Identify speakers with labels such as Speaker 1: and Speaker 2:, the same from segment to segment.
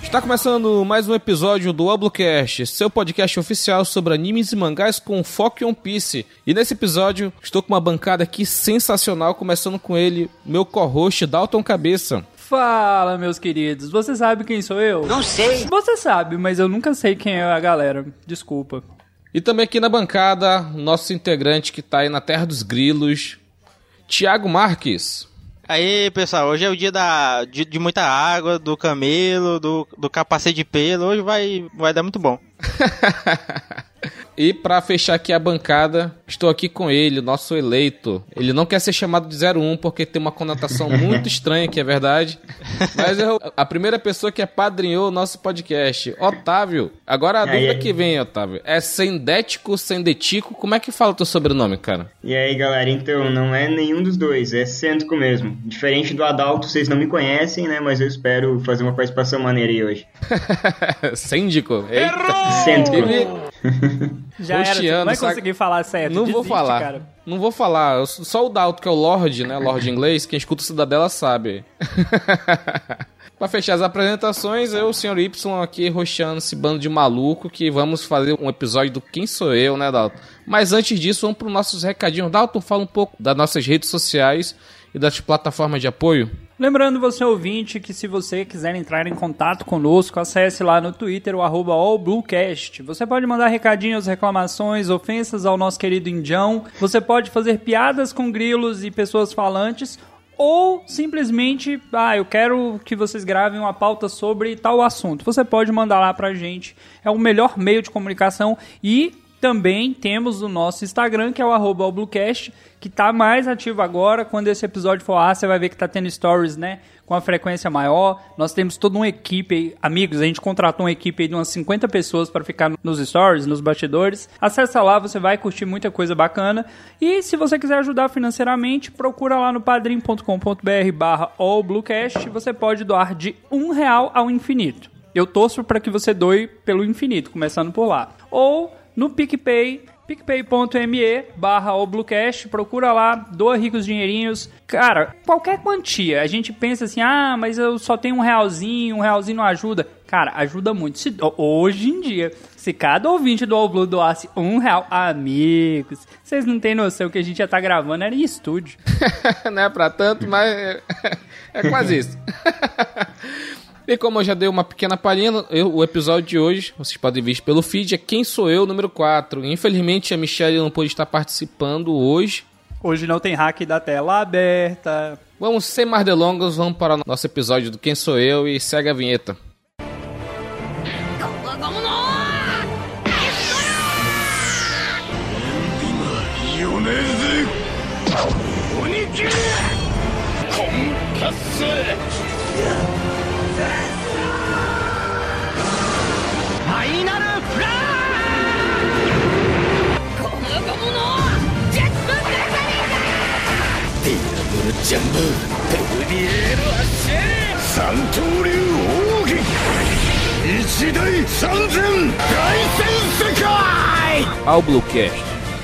Speaker 1: Está começando mais um episódio do Oblocast, seu podcast oficial sobre animes e mangás com foco em One Piece. E nesse episódio, estou com uma bancada aqui sensacional, começando com ele, meu co-host Dalton Cabeça.
Speaker 2: Fala, meus queridos. Você sabe quem sou eu?
Speaker 3: Não sei.
Speaker 2: Você sabe, mas eu nunca sei quem é a galera. Desculpa.
Speaker 1: E também aqui na bancada, nosso integrante que tá aí na Terra dos Grilos, Thiago Marques.
Speaker 3: Aí, pessoal, hoje é o dia de muita água, do camelo, do capacete de pelo. Hoje vai dar muito bom.
Speaker 1: E pra fechar aqui a bancada, estou aqui com ele, nosso eleito. Ele não quer ser chamado de 01 porque tem uma conotação muito estranha, que é verdade. Mas a primeira pessoa que apadrinhou o nosso podcast, Otávio. Agora a dúvida que vem, Otávio, é Sendético, Sendetico? Como é que fala o teu sobrenome, cara?
Speaker 4: E aí, galera, então, não é nenhum dos dois, é Sêndico mesmo. Diferente do Adalto, vocês não me conhecem, né? Mas eu espero fazer uma participação maneira aí hoje.
Speaker 1: Sêndico? Eita!
Speaker 4: Sêndico.
Speaker 2: Já era, você não vai conseguir falar certo.
Speaker 1: Não vou falar,
Speaker 2: cara.
Speaker 1: Não vou falar. Só o Dalton, que é o Lorde, né? Lorde inglês, quem escuta o Cidadela sabe. Pra fechar as apresentações, eu, o Sr. Y, aqui roxando esse bando de maluco, que vamos fazer um episódio do Quem Sou Eu, né, Dalton? Mas antes disso, vamos pros nossos recadinhos. Dalton, fala um pouco das nossas redes sociais e das plataformas de apoio.
Speaker 2: Lembrando você, ouvinte, que se você quiser entrar em contato conosco, acesse lá no Twitter o @allbluecast. Você pode mandar recadinhos, reclamações, ofensas ao nosso querido Indião. Você pode fazer piadas com grilos e pessoas falantes. Ou simplesmente, eu quero que vocês gravem uma pauta sobre tal assunto. Você pode mandar lá pra gente. É o melhor meio de comunicação. E também temos o nosso Instagram, que é o @allbluecast, que tá mais ativo agora. Quando esse episódio for lá, você vai ver que tá tendo stories, né, com a frequência maior. Nós temos toda uma equipe aí, amigos, a gente contratou uma equipe aí de umas 50 pessoas para ficar nos stories, nos bastidores. Acessa lá, você vai curtir muita coisa bacana. E se você quiser ajudar financeiramente, procura lá no padrim.com.br/allbluecast. Você pode doar de R$1 ao infinito. Eu torço para que você doe pelo infinito, começando por lá. Ou no PicPay, picpay.me/allbluecast, procura lá, doa ricos dinheirinhos. Cara, qualquer quantia, a gente pensa assim, mas eu só tenho R$1, R$1 não ajuda. Cara, ajuda muito. Hoje em dia, se cada ouvinte do All Blue doasse R$1, amigos, vocês não têm noção que a gente já tá gravando, era em estúdio.
Speaker 1: Não é pra tanto, mas é quase isso. E como eu já dei uma pequena palhinha, o episódio de hoje, vocês podem ver pelo feed, é Quem Sou Eu, número 4. Infelizmente a Michelle não pôde estar participando hoje.
Speaker 2: Hoje não tem hack da tela aberta.
Speaker 1: Vamos, sem mais delongas, vamos para o nosso episódio do Quem Sou Eu e segue a vinheta. All Bluecast.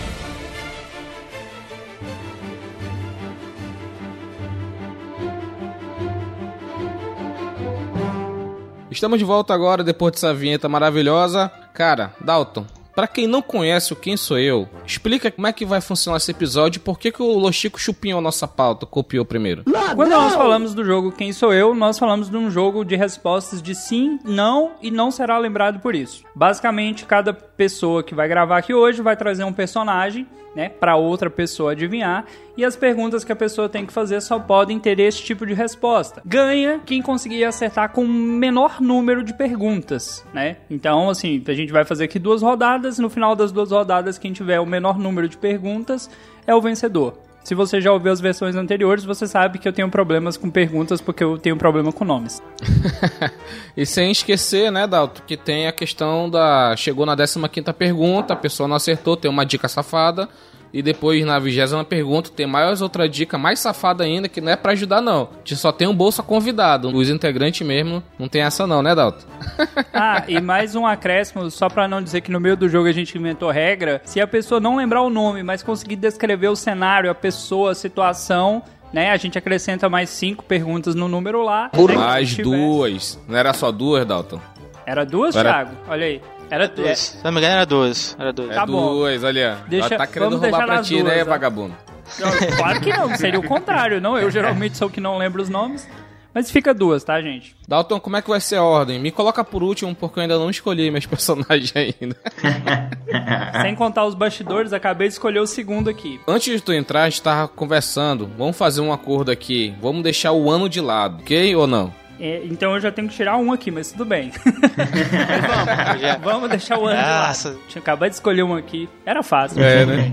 Speaker 1: Estamos de volta agora, depois dessa vinheta maravilhosa. Cara, Dalton, pra quem não conhece o Quem Sou Eu, explica como é que vai funcionar esse episódio e por que o Lochico chupinhou a nossa pauta, copiou primeiro.
Speaker 2: Quando nós falamos do jogo Quem Sou Eu, nós falamos de um jogo de respostas de sim, não e não será lembrado por isso. Basicamente, cada pessoa que vai gravar aqui hoje vai trazer um personagem, né, para outra pessoa adivinhar, e as perguntas que a pessoa tem que fazer só podem ter esse tipo de resposta. Ganha quem conseguir acertar com o menor número de perguntas, né? Então, assim, a gente vai fazer aqui 2 rodadas, no final das 2 rodadas, quem tiver o menor número de perguntas é o vencedor. Se você já ouviu as versões anteriores, você sabe que eu tenho problemas com perguntas porque eu tenho problema com nomes.
Speaker 1: E sem esquecer, né, Dalton, que tem a questão da... Chegou na 15ª pergunta, a pessoa não acertou, tem uma dica safada. E depois, na 20ª pergunta, tem mais outra dica mais safada ainda, que não é pra ajudar, não. A gente só tem um bolsa convidado. Os integrantes mesmo não tem essa não, né, Dalton?
Speaker 2: E mais um acréscimo, só pra não dizer que no meio do jogo a gente inventou regra. Se a pessoa não lembrar o nome, mas conseguir descrever o cenário, a pessoa, a situação, né? A gente acrescenta mais 5 perguntas no número lá.
Speaker 1: Mais 2. Não era só 2, Dalton?
Speaker 2: Era 2, Thiago? Olha aí. Era 2.
Speaker 3: Se não me engano, era 2.
Speaker 2: Tá bom.
Speaker 1: 2, olha.
Speaker 2: Deixa,
Speaker 1: tá querendo roubar pra ti, né, vagabundo?
Speaker 2: Não, claro que não, seria o contrário, não? Eu geralmente sou o que não lembro os nomes. Mas fica 2, tá, gente?
Speaker 1: Dalton, como é que vai ser a ordem? Me coloca por último, porque eu ainda não escolhi meus personagens ainda.
Speaker 2: Sem contar os bastidores, acabei de escolher o segundo aqui.
Speaker 1: Antes de tu entrar, a gente tava conversando. Vamos fazer um acordo aqui. Vamos deixar o ano de lado, ok ou não?
Speaker 2: Então eu já tenho que tirar um aqui, mas tudo bem.
Speaker 3: Já.
Speaker 2: Vamos deixar o ano de lado. Tinha acabado de escolher um aqui. Era fácil.
Speaker 1: Né?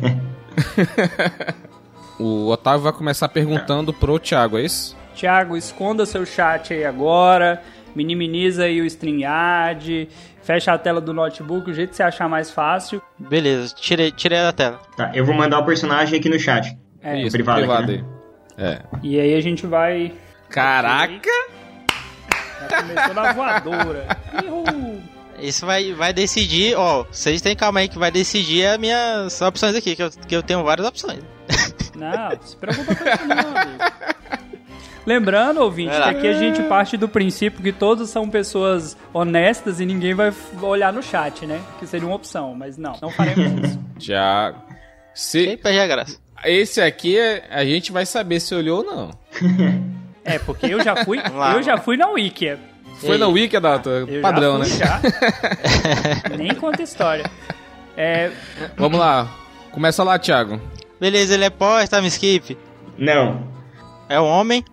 Speaker 1: O Otávio vai começar perguntando pro Thiago, é isso?
Speaker 2: Thiago, esconda seu chat aí agora, minimiza aí o StreamYard, fecha a tela do notebook, o jeito que você achar mais fácil.
Speaker 3: Beleza, tirei da tela.
Speaker 4: Tá, eu vou mandar o personagem aqui no chat.
Speaker 1: Isso,
Speaker 4: privado aqui,
Speaker 1: né?
Speaker 2: E aí a gente vai...
Speaker 1: Caraca!
Speaker 2: Já começou na voadora.
Speaker 3: Isso vai decidir, vocês têm calma aí que vai decidir as minhas opções aqui, que eu tenho várias opções.
Speaker 2: Não se preocupa com isso não, amigo. Lembrando, ouvinte, que aqui a gente parte do princípio que todos são pessoas honestas e ninguém vai olhar no chat, né? Que seria uma opção, mas não faremos isso.
Speaker 1: Thiago.
Speaker 3: Quem perde a graça?
Speaker 1: Esse aqui, a gente vai saber se olhou ou não.
Speaker 2: Porque eu já fui na Wiki.
Speaker 1: Foi na Wiki, Dalton? Padrão, né?
Speaker 2: Nem conta história.
Speaker 1: Vamos lá. Começa lá, Thiago.
Speaker 3: Beleza, ele é pós-time skip?
Speaker 4: Não.
Speaker 3: É um homem?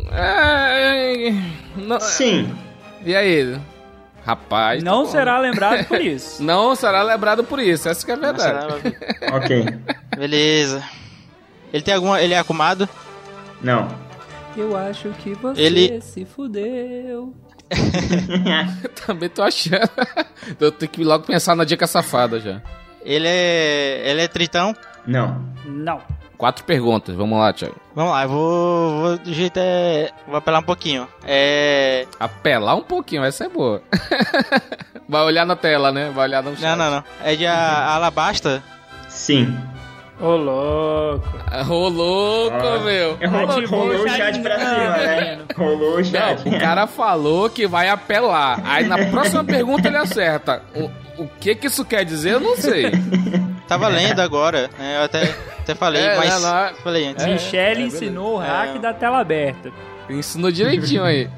Speaker 1: Não.
Speaker 4: Sim.
Speaker 1: E aí? Rapaz...
Speaker 2: Não será lembrado por isso.
Speaker 1: Não será lembrado por isso, essa que é a verdade.
Speaker 4: Ok.
Speaker 3: Beleza. Ele é acumado?
Speaker 4: Não.
Speaker 2: Eu acho que você se fudeu.
Speaker 1: Também tô achando. Eu tenho que logo pensar na dica safada já.
Speaker 3: Ele é tritão?
Speaker 4: Não.
Speaker 1: 4 perguntas, vamos lá, Thiago.
Speaker 3: Vamos lá, eu vou do jeito vou apelar um pouquinho.
Speaker 1: Apelar um pouquinho, essa é boa. Vai olhar na tela, né? Vai olhar no chat.
Speaker 3: Não. É de alabasta?
Speaker 4: Sim.
Speaker 2: Ô, louco.
Speaker 1: Ô, louco, meu.
Speaker 4: Rolou o chat pra cima, né? Rolou o chat.
Speaker 1: Não, o cara falou que vai apelar. Aí na próxima pergunta ele acerta. O que isso quer dizer, eu não sei.
Speaker 3: Tava lendo agora, né? Eu até falei, mas falei antes.
Speaker 2: Michele ensinou o hack da tela aberta.
Speaker 1: Ensinou direitinho aí.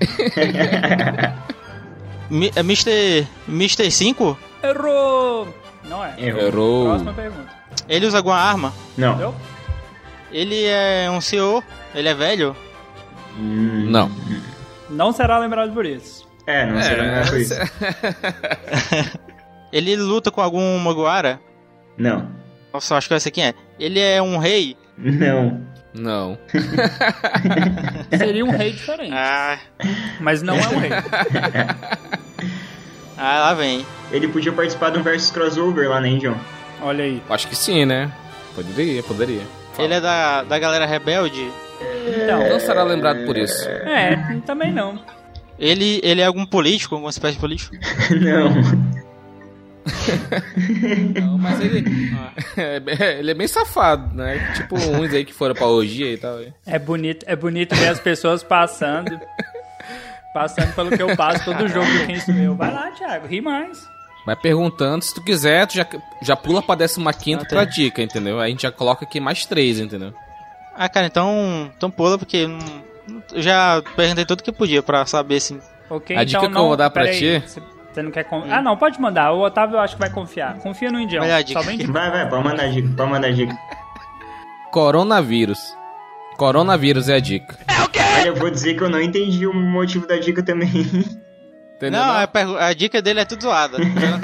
Speaker 3: Mr. 5?
Speaker 2: Errou! Não é.
Speaker 1: Errou.
Speaker 2: Próxima pergunta.
Speaker 3: Ele usa alguma arma?
Speaker 4: Não.
Speaker 2: Entendeu?
Speaker 3: Ele é um CEO? Ele é velho?
Speaker 1: Não.
Speaker 2: Não será lembrado por isso.
Speaker 4: Não será lembrado por isso.
Speaker 3: Ele luta com algum Mugiwara?
Speaker 4: Não.
Speaker 3: Nossa, acho que eu sei quem é. Ele é um rei?
Speaker 1: Não.
Speaker 2: Seria um rei diferente. Mas não é um rei.
Speaker 3: Lá vem.
Speaker 4: Ele podia participar de um versus crossover lá na Indian.
Speaker 2: Olha aí.
Speaker 1: Acho que sim, né? Poderia. Fala.
Speaker 3: Ele é da galera rebelde?
Speaker 1: Não será lembrado por isso.
Speaker 2: Também não.
Speaker 3: Ele é algum político, alguma espécie de político?
Speaker 4: Não.
Speaker 1: Não, mas ele é bem safado, né? Tipo uns aí que foram pra orgia e tal.
Speaker 2: É bonito ver as pessoas passando pelo que eu passo todo jogo do Quem Sou Eu. Vai lá, Thiago, ri mais.
Speaker 1: Vai perguntando, se tu quiser, tu já pula pra 15ª pra dica, entendeu? Aí a gente já coloca aqui mais 3, entendeu?
Speaker 3: Cara, então pula, porque eu já perguntei tudo que podia pra saber, assim.
Speaker 2: Okay,
Speaker 1: a dica que eu vou dar pra ti...
Speaker 2: Você não quer... não, pode mandar. O Otávio eu acho que vai confiar. Confia no Indião.
Speaker 4: Vai, pode mandar a dica.
Speaker 1: Coronavírus. Coronavírus é a dica.
Speaker 4: É o quê? Olha, eu vou dizer que eu não entendi o motivo da dica também.
Speaker 1: Entendeu?
Speaker 3: Não, a dica dele é tudo zoada.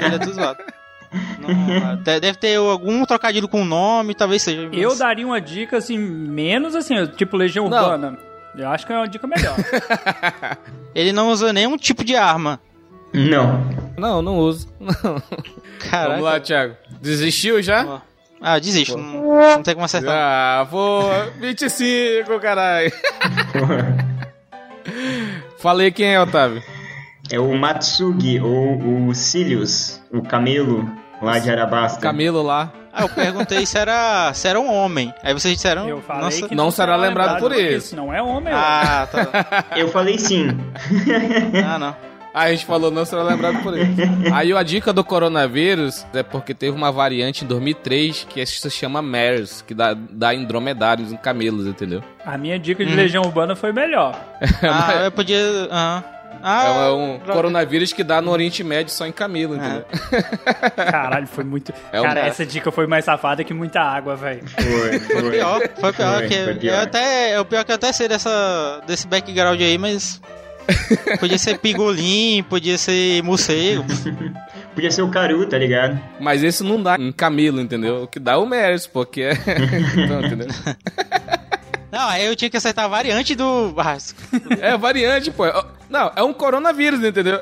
Speaker 3: Deve ter algum trocadilho com o nome, talvez seja.
Speaker 2: Eu daria uma dica, assim, menos assim, tipo Legião Urbana. Eu acho que é uma dica melhor.
Speaker 3: Ele não usa nenhum tipo de arma.
Speaker 1: Não uso.
Speaker 3: Caraca.
Speaker 1: Vamos lá, Thiago. Desistiu já?
Speaker 3: Desisto. Não tem como acertar.
Speaker 1: Pô, 25, caralho. Falei quem é, Otávio.
Speaker 4: É o Matsugi, ou o Silius, o camelo lá de Arabasta.
Speaker 1: Camelo lá.
Speaker 3: Ah, eu perguntei se era um homem. Aí vocês disseram...
Speaker 2: Eu falei
Speaker 3: nossa,
Speaker 2: que
Speaker 1: não será lembrado por isso.
Speaker 2: Não é homem,
Speaker 3: Ah, tá.
Speaker 4: Eu falei sim.
Speaker 3: Ah, não.
Speaker 1: Aí a gente falou, não será lembrado por isso. Aí a dica do coronavírus é porque teve uma variante em 2003 que se chama MERS, que dá em dromedários, em camelos, entendeu?
Speaker 2: A minha dica de Legião Urbana foi melhor.
Speaker 3: Ah, eu podia...
Speaker 1: É um coronavírus que dá no Oriente Médio só em camelo, entendeu?
Speaker 2: Caralho, foi muito...
Speaker 1: É um
Speaker 2: Cara,
Speaker 1: gato.
Speaker 2: essa dica foi mais safada que muita água, velho.
Speaker 4: Foi
Speaker 3: pior. Foi pior. O pior que eu até sei desse background aí, mas... Podia ser pingolim, podia ser morcego.
Speaker 4: Podia ser o Caru, tá ligado?
Speaker 1: Mas esse não dá em camelo, entendeu? O que dá é o MERS, porque é... Então, entendeu?
Speaker 3: Não, aí eu tinha que acertar a variante do...
Speaker 1: É a variante, pô. Não, é um coronavírus, entendeu?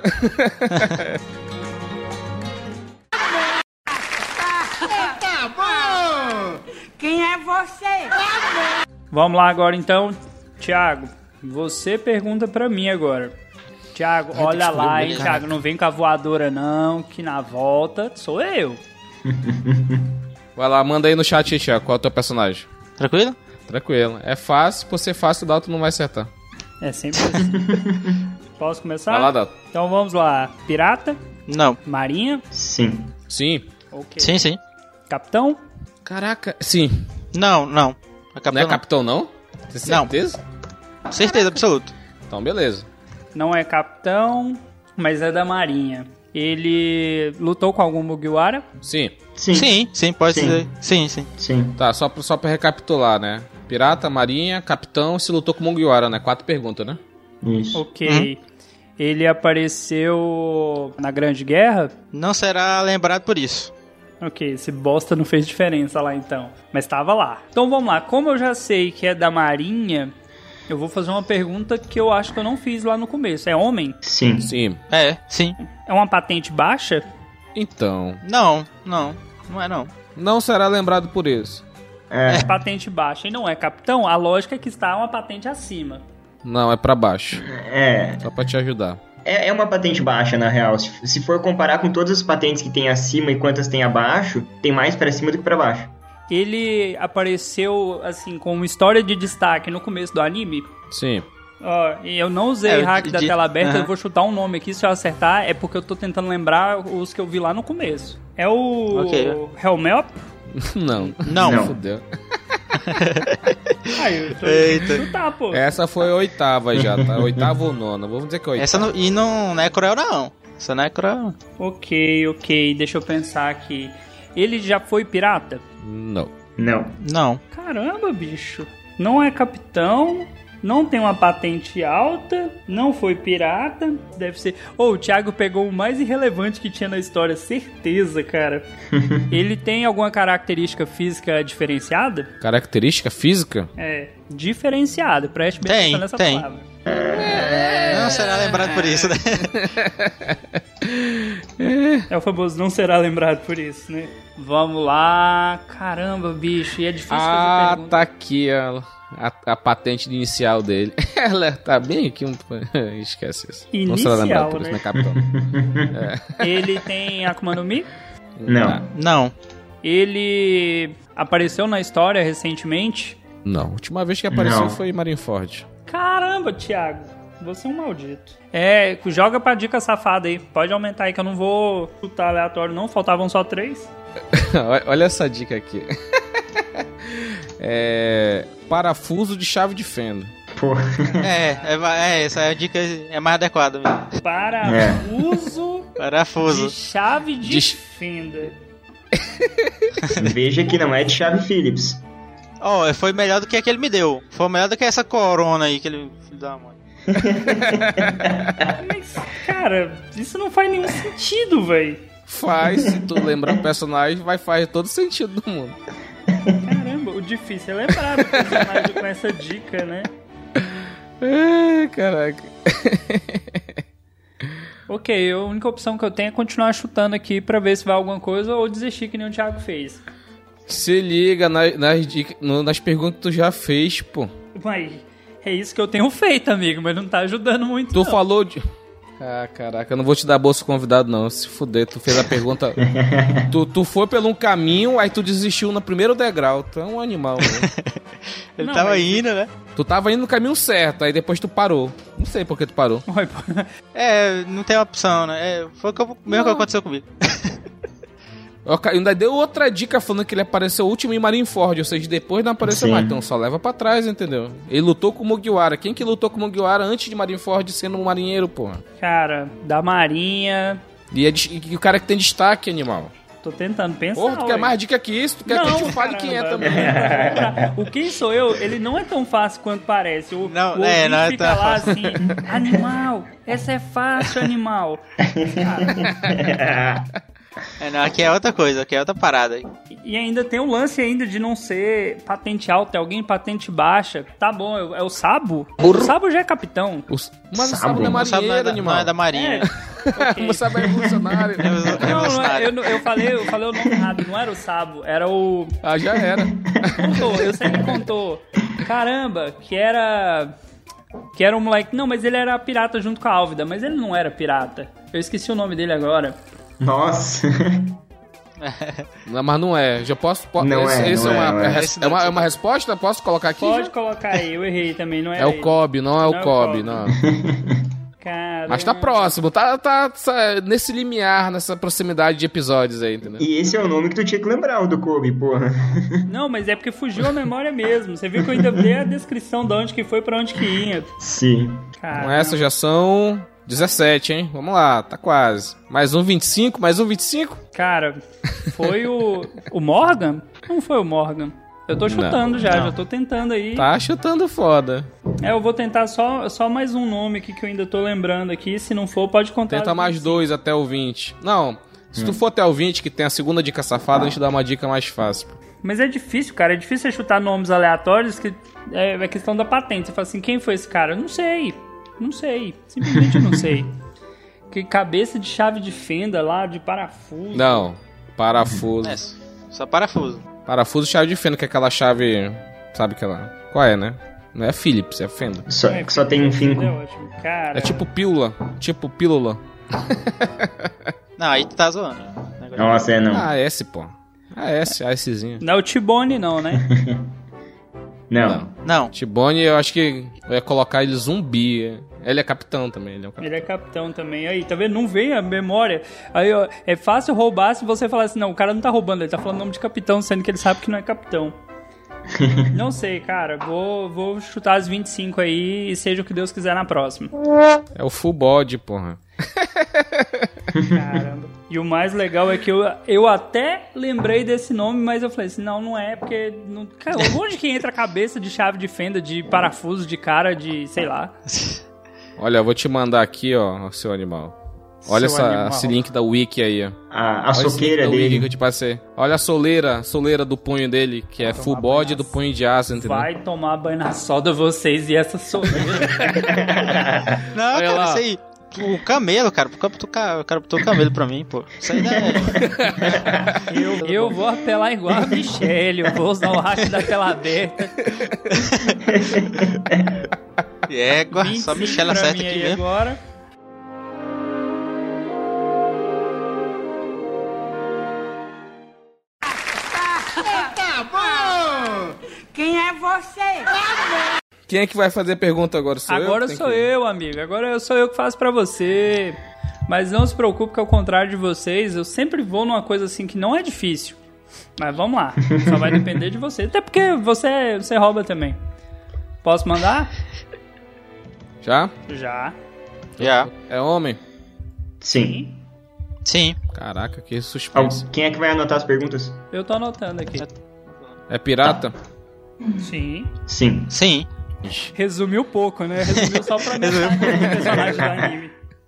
Speaker 5: Tá bom! Quem é você?
Speaker 2: Vamos lá agora, então. Thiago, você pergunta pra mim agora. Thiago, olha lá, hein, Thiago. Não vem com a voadora, não, que na volta sou eu.
Speaker 1: Vai lá, manda aí no chat, Thiago, qual é o teu personagem?
Speaker 3: Tranquilo?
Speaker 1: Tranquilo. É fácil, por ser fácil, o Dalton não vai acertar.
Speaker 2: É sempre assim. Posso começar?
Speaker 1: Vai lá, Dalton.
Speaker 2: Então vamos lá. Pirata?
Speaker 3: Não.
Speaker 2: Marinha?
Speaker 4: Sim.
Speaker 1: Sim.
Speaker 2: Ok.
Speaker 3: Sim.
Speaker 2: Capitão?
Speaker 1: Caraca, sim.
Speaker 3: Não.
Speaker 1: Não é capitão, não? Tem certeza?
Speaker 3: Certeza absoluta.
Speaker 1: Então, beleza.
Speaker 2: Não é capitão, mas é da Marinha. Ele lutou com algum Mugiwara?
Speaker 1: Sim.
Speaker 3: Sim, pode
Speaker 4: Sim.
Speaker 3: ser. Sim.
Speaker 1: Tá, só pra recapitular, né? Pirata, marinha, capitão, se lutou com Mugiwara, né? 4 perguntas, né?
Speaker 4: Isso.
Speaker 2: Ok. Ele apareceu na Grande Guerra?
Speaker 3: Não será lembrado por isso.
Speaker 2: Ok, esse bosta não fez diferença lá então. Mas tava lá. Então vamos lá. Como eu já sei que é da Marinha, eu vou fazer uma pergunta que eu acho que eu não fiz lá no começo. É homem?
Speaker 4: Sim.
Speaker 1: Sim.
Speaker 3: Sim.
Speaker 2: É uma patente baixa?
Speaker 1: Então,
Speaker 3: Não é não.
Speaker 1: não será lembrado por isso.
Speaker 4: É.
Speaker 2: Patente baixa e não é capitão? A lógica é que está uma patente acima.
Speaker 1: Não, é pra baixo.
Speaker 4: É.
Speaker 1: Só pra te ajudar.
Speaker 4: É uma patente baixa, na real. Se for comparar com todas as patentes que tem acima e quantas tem abaixo, tem mais pra cima do que pra baixo.
Speaker 2: Ele apareceu, assim, com uma história de destaque no começo do anime.
Speaker 1: Sim.
Speaker 2: Ó, e eu não usei hack da tela aberta,
Speaker 3: Uhum.
Speaker 2: eu vou chutar um nome aqui, se eu acertar, é porque eu tô tentando lembrar os que eu vi lá no começo. É o
Speaker 3: Ok.
Speaker 2: Helmelp?
Speaker 1: Não.
Speaker 3: Não.
Speaker 1: Fudeu.
Speaker 2: Aí eu tô
Speaker 3: Eita.
Speaker 2: chutar, pô.
Speaker 1: Essa foi a 8ª já, tá? 8ª ou 9ª. Vamos dizer que é 8ª.
Speaker 3: Essa não é cruel, não. Essa não é cruel, não.
Speaker 2: Ok, deixa eu pensar aqui. Ele já foi pirata?
Speaker 1: Não.
Speaker 3: Não.
Speaker 2: Caramba, bicho. Não é capitão, não tem uma patente alta, não foi pirata, deve ser... O Thiago pegou o mais irrelevante que tinha na história, certeza, cara. Ele tem alguma característica física diferenciada?
Speaker 1: Característica física?
Speaker 2: É, diferenciada, preste bem atenção nessa
Speaker 3: tem.
Speaker 2: palavra.
Speaker 3: Não será lembrado por isso, né?
Speaker 2: É o famoso não será lembrado por isso, né? Vamos lá. Caramba, bicho, e é difícil fazer pergunta.
Speaker 1: Tá aqui a patente inicial dele. Ela tá bem aqui. Esquece isso. Não será lembrado por isso, né, capitão?
Speaker 2: Ele tem Akuma no Mi?
Speaker 3: Não.
Speaker 2: Ele apareceu na história recentemente?
Speaker 1: Não. A última vez que apareceu
Speaker 4: Não.
Speaker 1: foi Marineford.
Speaker 2: Caramba, Thiago. Você é um maldito. Joga pra dica safada aí. Pode aumentar aí que eu não vou chutar aleatório não. Faltavam só 3.
Speaker 1: Olha essa dica aqui. Parafuso de chave de fenda.
Speaker 4: Pô.
Speaker 3: Essa é a dica é mais adequada mesmo.
Speaker 2: Parafuso de chave de fenda.
Speaker 4: Veja que não é de chave Phillips.
Speaker 3: Foi melhor do que aquele me deu. Foi melhor do que essa corona aí que ele dá, mano.
Speaker 2: Mas, cara, isso não faz nenhum sentido, velho.
Speaker 1: Faz, se tu lembrar o personagem, faz todo sentido do mundo.
Speaker 2: Caramba, o difícil é lembrar do personagem com essa dica, né?
Speaker 1: Caraca.
Speaker 2: Ok, a única opção que eu tenho é continuar chutando aqui pra ver se vai alguma coisa ou desistir que nem o Thiago fez.
Speaker 1: Se liga nas perguntas que tu já fez, pô.
Speaker 2: Mas é isso que eu tenho feito, amigo, mas não tá ajudando muito,
Speaker 1: Tu
Speaker 2: não.
Speaker 1: falou de... Ah, caraca, eu não vou te dar bolsa convidado, não. Se fuder, tu fez a pergunta. tu foi por um caminho, aí tu desistiu no primeiro degrau. Tu é um animal, né?
Speaker 3: Ele não, tava indo, né?
Speaker 1: Tu tava indo no caminho certo, aí depois tu parou. Não sei por que tu parou.
Speaker 3: Não tem opção, né? Foi o mesmo que aconteceu comigo.
Speaker 1: Eu ainda deu outra dica falando que ele apareceu último em Marineford, ou seja, depois não apareceu mais. Então só leva pra trás, entendeu? Ele lutou com o Mugiwara. Quem que lutou com o Mugiwara antes de Marineford sendo um marinheiro, porra?
Speaker 2: Cara, da Marinha...
Speaker 1: E o cara que tem destaque, animal.
Speaker 2: Tô tentando pensar.
Speaker 1: Porra, tu quer mais dica que isso? Tu quer que eu te fale quem é também.
Speaker 2: O Quem Sou Eu, ele não é tão fácil quanto parece. O
Speaker 3: não
Speaker 2: é
Speaker 3: fica
Speaker 2: tão lá assim, animal, essa é fácil, animal.
Speaker 3: Não, aqui é outra coisa, aqui é outra parada.
Speaker 2: E ainda tem o lance ainda de não ser patente alta, é alguém patente baixa. Tá bom, é o Sabo? O Sabo já é capitão.
Speaker 1: Mas o Sabo não é marinheiro, animal.
Speaker 3: Não é da marinha.
Speaker 1: Okay. O Sabo é revolucionário.
Speaker 2: Não, eu falei o nome errado, não era o Sabo, era o...
Speaker 1: Ah, já era.
Speaker 2: Eu sei que contou. Caramba, que era um moleque... Não, mas ele era pirata junto com a Álvida, mas ele não era pirata. Eu esqueci o nome dele agora.
Speaker 4: Nossa.
Speaker 1: Não, mas não é. Já posso.
Speaker 4: Não
Speaker 1: esse
Speaker 4: é
Speaker 1: uma resposta? Posso colocar aqui?
Speaker 2: Pode colocar aí, eu errei também, não é?
Speaker 1: É o Kobe, não é o Kobe, não.
Speaker 2: Caramba.
Speaker 1: Mas tá próximo, tá nesse limiar, nessa proximidade de episódios aí, entendeu?
Speaker 4: E esse é o nome que tu tinha que lembrar, o do Kobe, porra.
Speaker 2: Não, mas é porque fugiu a memória mesmo. Você viu que eu ainda dei a descrição de onde que foi pra onde que ia.
Speaker 4: Sim.
Speaker 1: Com essa já são 17, hein? Vamos lá, tá quase. Mais um 25, mais um 25?
Speaker 2: Cara, foi o Morgan? Não foi o Morgan. Eu tô chutando já tô tentando aí.
Speaker 1: Tá chutando foda.
Speaker 2: Eu vou tentar só mais um nome aqui que eu ainda tô lembrando aqui. Se não for, pode contar.
Speaker 1: Tenta mais 2 até o 20. Não, se tu for até o 20, que tem a segunda dica safada, a gente dá uma dica mais fácil.
Speaker 2: Mas é difícil, cara. É difícil você chutar nomes aleatórios, que é questão da patente. Você fala assim, quem foi esse cara? Eu não sei. Não sei. Simplesmente eu não sei. Que cabeça de chave de fenda lá, de parafuso.
Speaker 1: Não, parafuso.
Speaker 3: Só parafuso.
Speaker 1: Parafuso, chave de fenda, que é aquela chave... Sabe aquela... Qual é, né? Não é Phillips, é fenda.
Speaker 4: Só tem um finco.
Speaker 2: É
Speaker 1: tipo pílula. Tipo pílula.
Speaker 3: Não, aí tu tá zoando.
Speaker 4: Nossa, não.
Speaker 1: Ah, S, pô. A Szinha.
Speaker 2: Não é o T-Bone, não, né?
Speaker 3: Não.
Speaker 1: T-Bone, eu acho que eu ia colocar ele zumbi. Ele é capitão também.
Speaker 2: Ele é capitão também. Aí, tá vendo? Não vem a memória. Aí, ó, é fácil roubar se você falar assim, não, o cara não tá roubando, ele tá falando nome de capitão, sendo que ele sabe que não é capitão. Não sei, cara. Vou chutar as 25 aí e seja o que Deus quiser na próxima.
Speaker 1: É o full body, porra.
Speaker 2: Caramba. E o mais legal é que eu até lembrei desse nome, mas eu falei assim, não é, porque... Não... Cara, onde que entra a cabeça de chave de fenda, de parafuso, de cara, de... sei lá.
Speaker 1: Olha, eu vou te mandar aqui, ó, seu animal. Olha esse link da Wiki aí, ó.
Speaker 4: A soqueira dele.
Speaker 1: Que eu te passei. Olha a soleira do punho dele, que é full body do punho de aço, entendeu?
Speaker 2: Vai tomar banho na soda vocês e essa soleira.
Speaker 3: Não, olha cara, isso aí. O camelo, cara. O cara botou o camelo pra mim, pô. Isso aí não
Speaker 2: é... Eu vou apelar igual a Michelle. Eu vou usar o racho da tela aberta.
Speaker 3: Só a Michelle acerta aqui mesmo.
Speaker 2: Agora.
Speaker 5: Tá bom! Quem é você?
Speaker 1: Quem é que vai fazer a pergunta agora?
Speaker 2: Agora sou eu, amigo. Agora sou eu que faço pra você. Mas não se preocupe que ao contrário de vocês, eu sempre vou numa coisa assim que não é difícil. Mas vamos lá. Só vai depender de você. Até porque você rouba também. Posso mandar?
Speaker 1: Já?
Speaker 2: Já.
Speaker 1: É homem?
Speaker 4: Sim.
Speaker 1: Caraca, que suspense.
Speaker 4: Quem é que vai anotar as perguntas?
Speaker 2: Eu tô anotando aqui.
Speaker 1: É pirata?
Speaker 2: Sim. Resumiu pouco, né? Resumiu só pra mim o personagem do anime.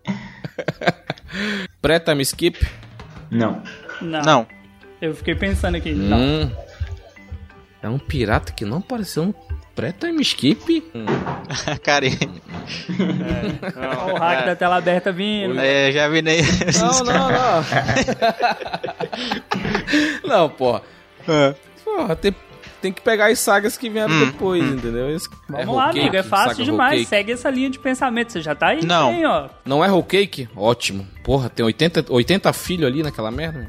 Speaker 1: Pré-time skip?
Speaker 4: Não.
Speaker 2: Eu fiquei pensando aqui. Não.
Speaker 1: É um pirata que não apareceu um pré-time skip?
Speaker 3: Cara,
Speaker 2: Olha o hack da tela aberta vindo.
Speaker 3: Já vi nem.
Speaker 1: Não, porra. Porra, tem que pegar as sagas que vieram depois, entendeu?
Speaker 2: Vamos lá, amigo, é fácil demais. Segue essa linha de pensamento, você já tá aí?
Speaker 3: Não.
Speaker 2: Bem, ó.
Speaker 1: Não é Whole Cake? Ótimo. Porra, tem 80 filhos ali naquela merda.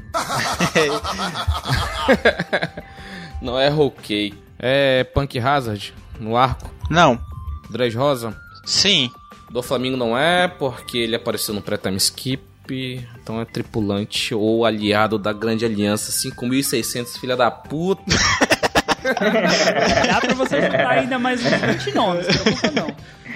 Speaker 1: Não é Whole Cake. É Punk Hazard, no arco.
Speaker 3: Não.
Speaker 1: Dress Rosa.
Speaker 3: Sim.
Speaker 1: Do Flamengo não é, porque ele apareceu no pré-time skip. Então é tripulante ou aliado da Grande Aliança. 5.600, filha da puta.
Speaker 2: Dá pra você chutar ainda mais uns 20 nomes, não preocupa não.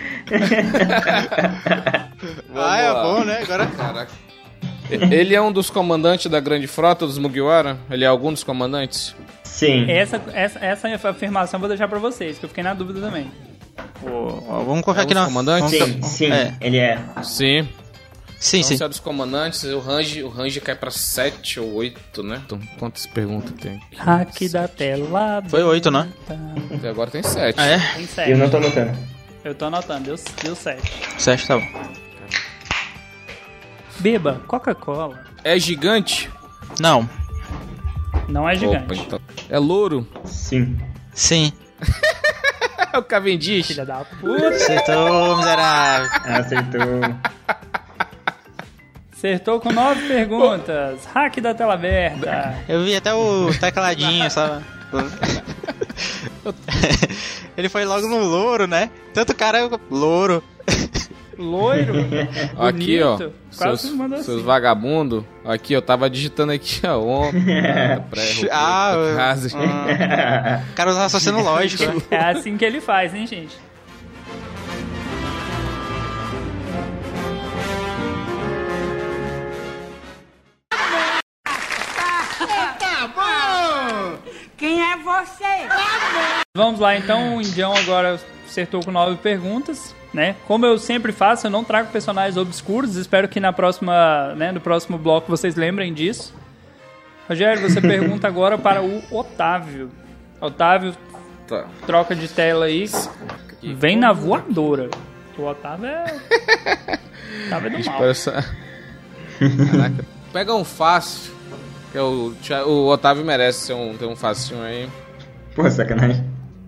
Speaker 3: É bom, né? Agora...
Speaker 1: Caraca. Ele é um dos comandantes da Grande Frota dos Mugiwara? Ele é algum dos comandantes?
Speaker 4: Sim.
Speaker 2: Essa afirmação eu vou deixar pra vocês, que eu fiquei na dúvida também.
Speaker 3: Vamos colocar aqui na...
Speaker 1: Comandante?
Speaker 4: Sim, ele é.
Speaker 1: Sim.
Speaker 3: Sim,
Speaker 1: Então,
Speaker 3: sim.
Speaker 1: se é dos comandantes, o range cai pra 7 ou 8, né? Então, quantas perguntas tem?
Speaker 2: Hack da tela.
Speaker 3: Foi 8, né?
Speaker 1: Até agora tem 7.
Speaker 3: Ah, é?
Speaker 2: Tem 7.
Speaker 4: Eu não tô anotando.
Speaker 2: Eu tô anotando, deu 7.
Speaker 3: 7, tá bom.
Speaker 2: Beba, Coca-Cola.
Speaker 1: É gigante?
Speaker 3: Não.
Speaker 2: Não é gigante.
Speaker 1: Opa, então. É louro?
Speaker 4: Sim.
Speaker 3: Sim.
Speaker 1: É o Cavendish?
Speaker 2: Filha da puta.
Speaker 3: Acertou, miserável.
Speaker 4: Acertou.
Speaker 2: Acertou com 9 perguntas. Hack da tela aberta.
Speaker 3: Eu vi até o tecladinho, sabe? Ele foi logo no louro, né? Tanto cara louro.
Speaker 2: Loiro.
Speaker 1: Aqui, ó.
Speaker 2: Bonito. Quase
Speaker 1: Seus,
Speaker 2: me mandou
Speaker 1: seus
Speaker 2: assim.
Speaker 1: vagabundos. Aqui, eu tava digitando aqui, ó.
Speaker 3: O cara usa raciocínio lógico, né?
Speaker 2: É assim que ele faz, hein, gente?
Speaker 5: Tá bom! Quem é você?
Speaker 2: Vamos lá, então. O Indião agora acertou com 9 perguntas, né? Como eu sempre faço, eu não trago personagens obscuros. Espero que na próxima, né, no próximo bloco vocês lembrem disso. Rogério, você pergunta agora para o Otávio. Otávio,
Speaker 1: Tá.
Speaker 2: troca de tela aí. Vem na voadora. O Otávio é... Otávio é do mal.
Speaker 1: Caraca. Pega um fácil. Que o Otávio merece ter um facinho aí.
Speaker 4: Pô, sacanagem.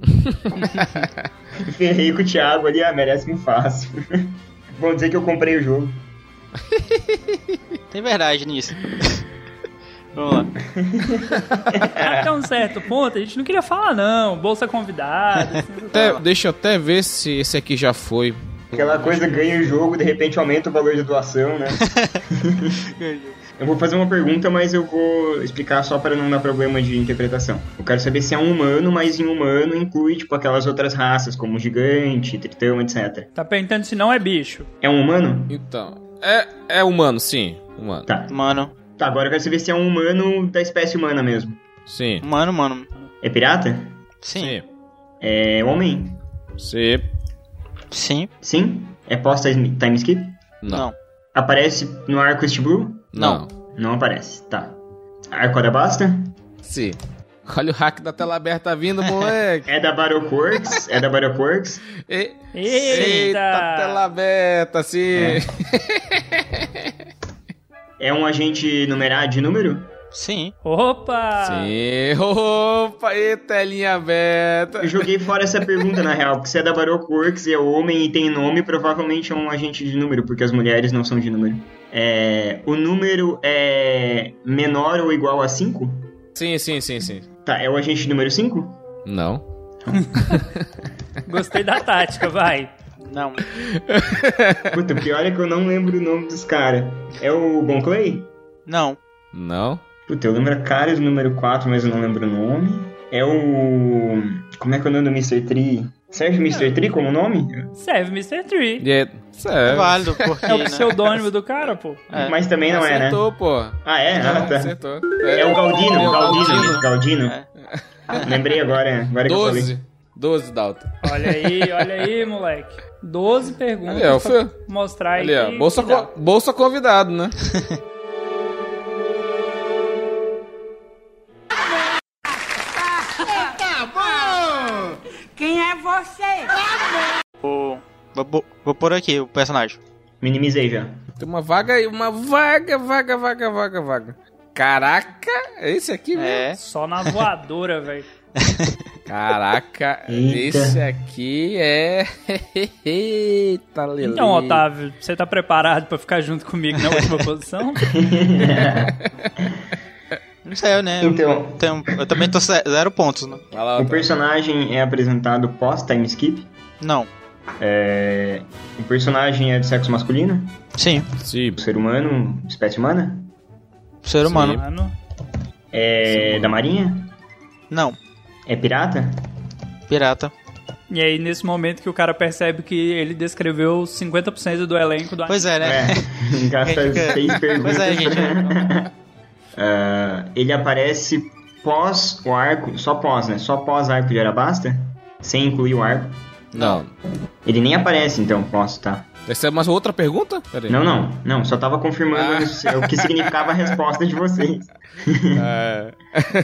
Speaker 4: Ferrei com o Thiago ali, merece um fácil. Vão dizer que eu comprei o jogo.
Speaker 3: Tem verdade nisso. Vamos lá.
Speaker 2: Até um certo ponto, a gente não queria falar não. Bolsa convidada. Assim,
Speaker 1: Deixa eu até ver se esse aqui já foi.
Speaker 4: Aquela coisa ganha o jogo, de repente aumenta o valor da doação, né? Eu vou fazer uma pergunta, mas eu vou explicar só para não dar problema de interpretação. Eu quero saber se é um humano, mas em humano inclui, tipo, aquelas outras raças, como gigante, tritão, etc.
Speaker 2: Tá perguntando se não é bicho.
Speaker 4: É um humano?
Speaker 1: Então, é humano, sim. Humano.
Speaker 4: Tá.
Speaker 3: Mano.
Speaker 4: Tá, agora eu quero saber se é um humano da espécie humana mesmo.
Speaker 1: Sim.
Speaker 3: Mano.
Speaker 4: É pirata?
Speaker 3: Sim.
Speaker 4: É homem?
Speaker 1: Sim.
Speaker 3: Sim.
Speaker 4: Sim? É pós-time skip?
Speaker 3: Não.
Speaker 4: Aparece no arco East Blue?
Speaker 1: Não.
Speaker 4: Não aparece, tá. Arco Alabasta?
Speaker 1: Sim. Olha o hack da tela aberta vindo, moleque.
Speaker 4: É da Battleworks? É da Battleworks?
Speaker 2: Eita!
Speaker 1: Tela aberta, sim.
Speaker 4: É um agente numerado de número?
Speaker 3: Sim.
Speaker 2: Opa!
Speaker 1: Sim. Opa, e telinha aberta.
Speaker 4: Eu joguei fora essa pergunta, na real, porque se é da Battleworks e é homem e tem nome, provavelmente é um agente de número, porque as mulheres não são de número. O número é menor ou igual a 5?
Speaker 1: Sim.
Speaker 4: Tá, é o agente número 5?
Speaker 1: Não.
Speaker 2: Gostei da tática, vai.
Speaker 3: Não.
Speaker 4: Puta, o pior é que eu não lembro o nome dos caras. É o Bon Clay?
Speaker 3: Não.
Speaker 1: Não.
Speaker 4: Puta, eu lembro a cara do número 4, mas eu não lembro o nome. É o... Como é que é o nome do Mr. Tree? Serve Mr. Tree como nome?
Speaker 2: Serve Mr. Tree.
Speaker 3: É
Speaker 1: Sério.
Speaker 3: válido, porque,
Speaker 2: É o
Speaker 3: né?
Speaker 2: pseudônimo do cara, pô.
Speaker 3: É.
Speaker 4: Mas também não é, né?
Speaker 1: Acertou, pô.
Speaker 4: Ah, é? Ah, tá.
Speaker 1: Acertou.
Speaker 4: É o Galdino, Galdino.
Speaker 3: É.
Speaker 4: Lembrei agora que eu falei.
Speaker 1: 12, Dalton.
Speaker 2: Olha aí, moleque. 12 perguntas
Speaker 1: Ali, ó,
Speaker 2: pra mostrar aí.
Speaker 1: Ali, ó. Bolsa convidado, né?
Speaker 5: Tá bom! Quem é você?
Speaker 3: Vou pôr aqui o personagem.
Speaker 4: Minimizei já.
Speaker 1: Tem uma vaga aí, uma vaga. Caraca, é esse aqui mesmo?
Speaker 3: É.
Speaker 2: Só na voadora, velho.
Speaker 1: Caraca,
Speaker 4: Eita.
Speaker 1: esse aqui é... Eita, Lelê.
Speaker 2: Então, Otávio, você tá preparado pra ficar junto comigo na última posição?
Speaker 3: Não sei, né?
Speaker 4: Então,
Speaker 3: Eu também tô 0 pontos, né?
Speaker 1: Vai lá,
Speaker 4: o
Speaker 1: Otávio.
Speaker 4: personagem é apresentado pós-time skip.
Speaker 3: Não.
Speaker 4: O personagem é de sexo masculino.
Speaker 3: Sim.
Speaker 1: Sim.
Speaker 4: O ser humano, espécie humana.
Speaker 3: Ser humano.
Speaker 2: Mano,
Speaker 4: É da marinha.
Speaker 3: Não.
Speaker 4: É pirata.
Speaker 3: Pirata.
Speaker 2: e aí, nesse momento que o cara percebe que ele descreveu 50% do elenco do
Speaker 3: Pois é, né?
Speaker 4: Gasta
Speaker 3: A gente fica-
Speaker 4: 6 perguntas.
Speaker 3: Pois é, gente.
Speaker 4: Ele aparece pós o arco, só pós, né? Só pós arco de Arabasta, sem incluir o arco.
Speaker 1: Não.
Speaker 4: Ele nem aparece, então, posso, tá?
Speaker 1: Essa é mais outra pergunta? Pera aí.
Speaker 4: Não, só tava confirmando o que significava a resposta de vocês.
Speaker 1: É...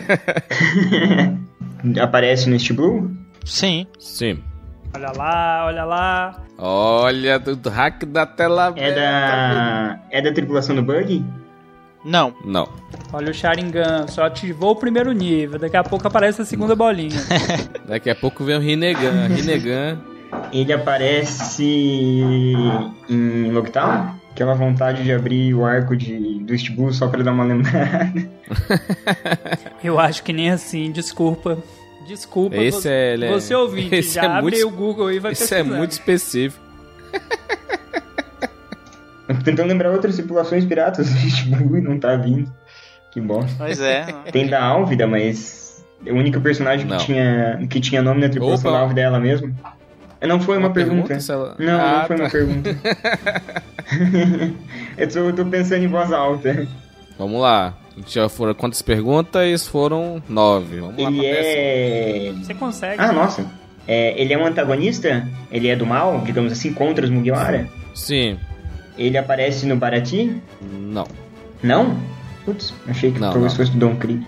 Speaker 4: Aparece no East Blue?
Speaker 3: Sim.
Speaker 1: Sim.
Speaker 2: Olha lá, olha lá.
Speaker 1: Olha, do hack da tela
Speaker 4: É da tripulação do Bug?
Speaker 3: Não.
Speaker 1: Não.
Speaker 2: Olha o Sharingan, só ativou o primeiro nível. Daqui a pouco aparece a segunda bolinha.
Speaker 1: Daqui a pouco vem o Rinnegan.
Speaker 4: Ele aparece em Lockdown? Aquela vontade de abrir o arco do East Blue só pra dar uma lembrada.
Speaker 2: Eu acho que nem assim, desculpa. Desculpa,
Speaker 1: Esse
Speaker 2: você,
Speaker 1: é-
Speaker 2: você ouvinte,
Speaker 1: esse
Speaker 2: já
Speaker 1: é
Speaker 2: abre
Speaker 1: muito-
Speaker 2: o Google e vai
Speaker 1: Isso é
Speaker 2: pesquisando.
Speaker 1: muito específico.
Speaker 4: Eu tô tentando lembrar outras tripulações piratas do East Blue e não tá vindo. Que bosta.
Speaker 3: Pois é.
Speaker 4: Tem da Álvida, mas o único personagem
Speaker 1: Não.
Speaker 4: que tinha nome na tripulação
Speaker 1: Opa.
Speaker 4: da Álvida é ela mesma. Não foi uma pergunta.
Speaker 1: Se ela-
Speaker 4: Não,
Speaker 1: Ah,
Speaker 4: não foi
Speaker 1: tá.
Speaker 4: uma pergunta. eu tô pensando em voz alta.
Speaker 1: Vamos lá. Já foram quantas perguntas? Foram 9. Vamos lá
Speaker 4: Ele
Speaker 1: pra décima.
Speaker 2: Você
Speaker 4: é...
Speaker 2: consegue.
Speaker 4: Ah, nossa. Ele é um antagonista? Ele é do mal, digamos assim, contra os Mugiwara?
Speaker 1: Sim.
Speaker 4: Ele aparece no Baratie?
Speaker 1: Não.
Speaker 4: Não? Putz, achei que
Speaker 1: Não,
Speaker 4: talvez
Speaker 1: não.
Speaker 4: fosse do Don Krieg.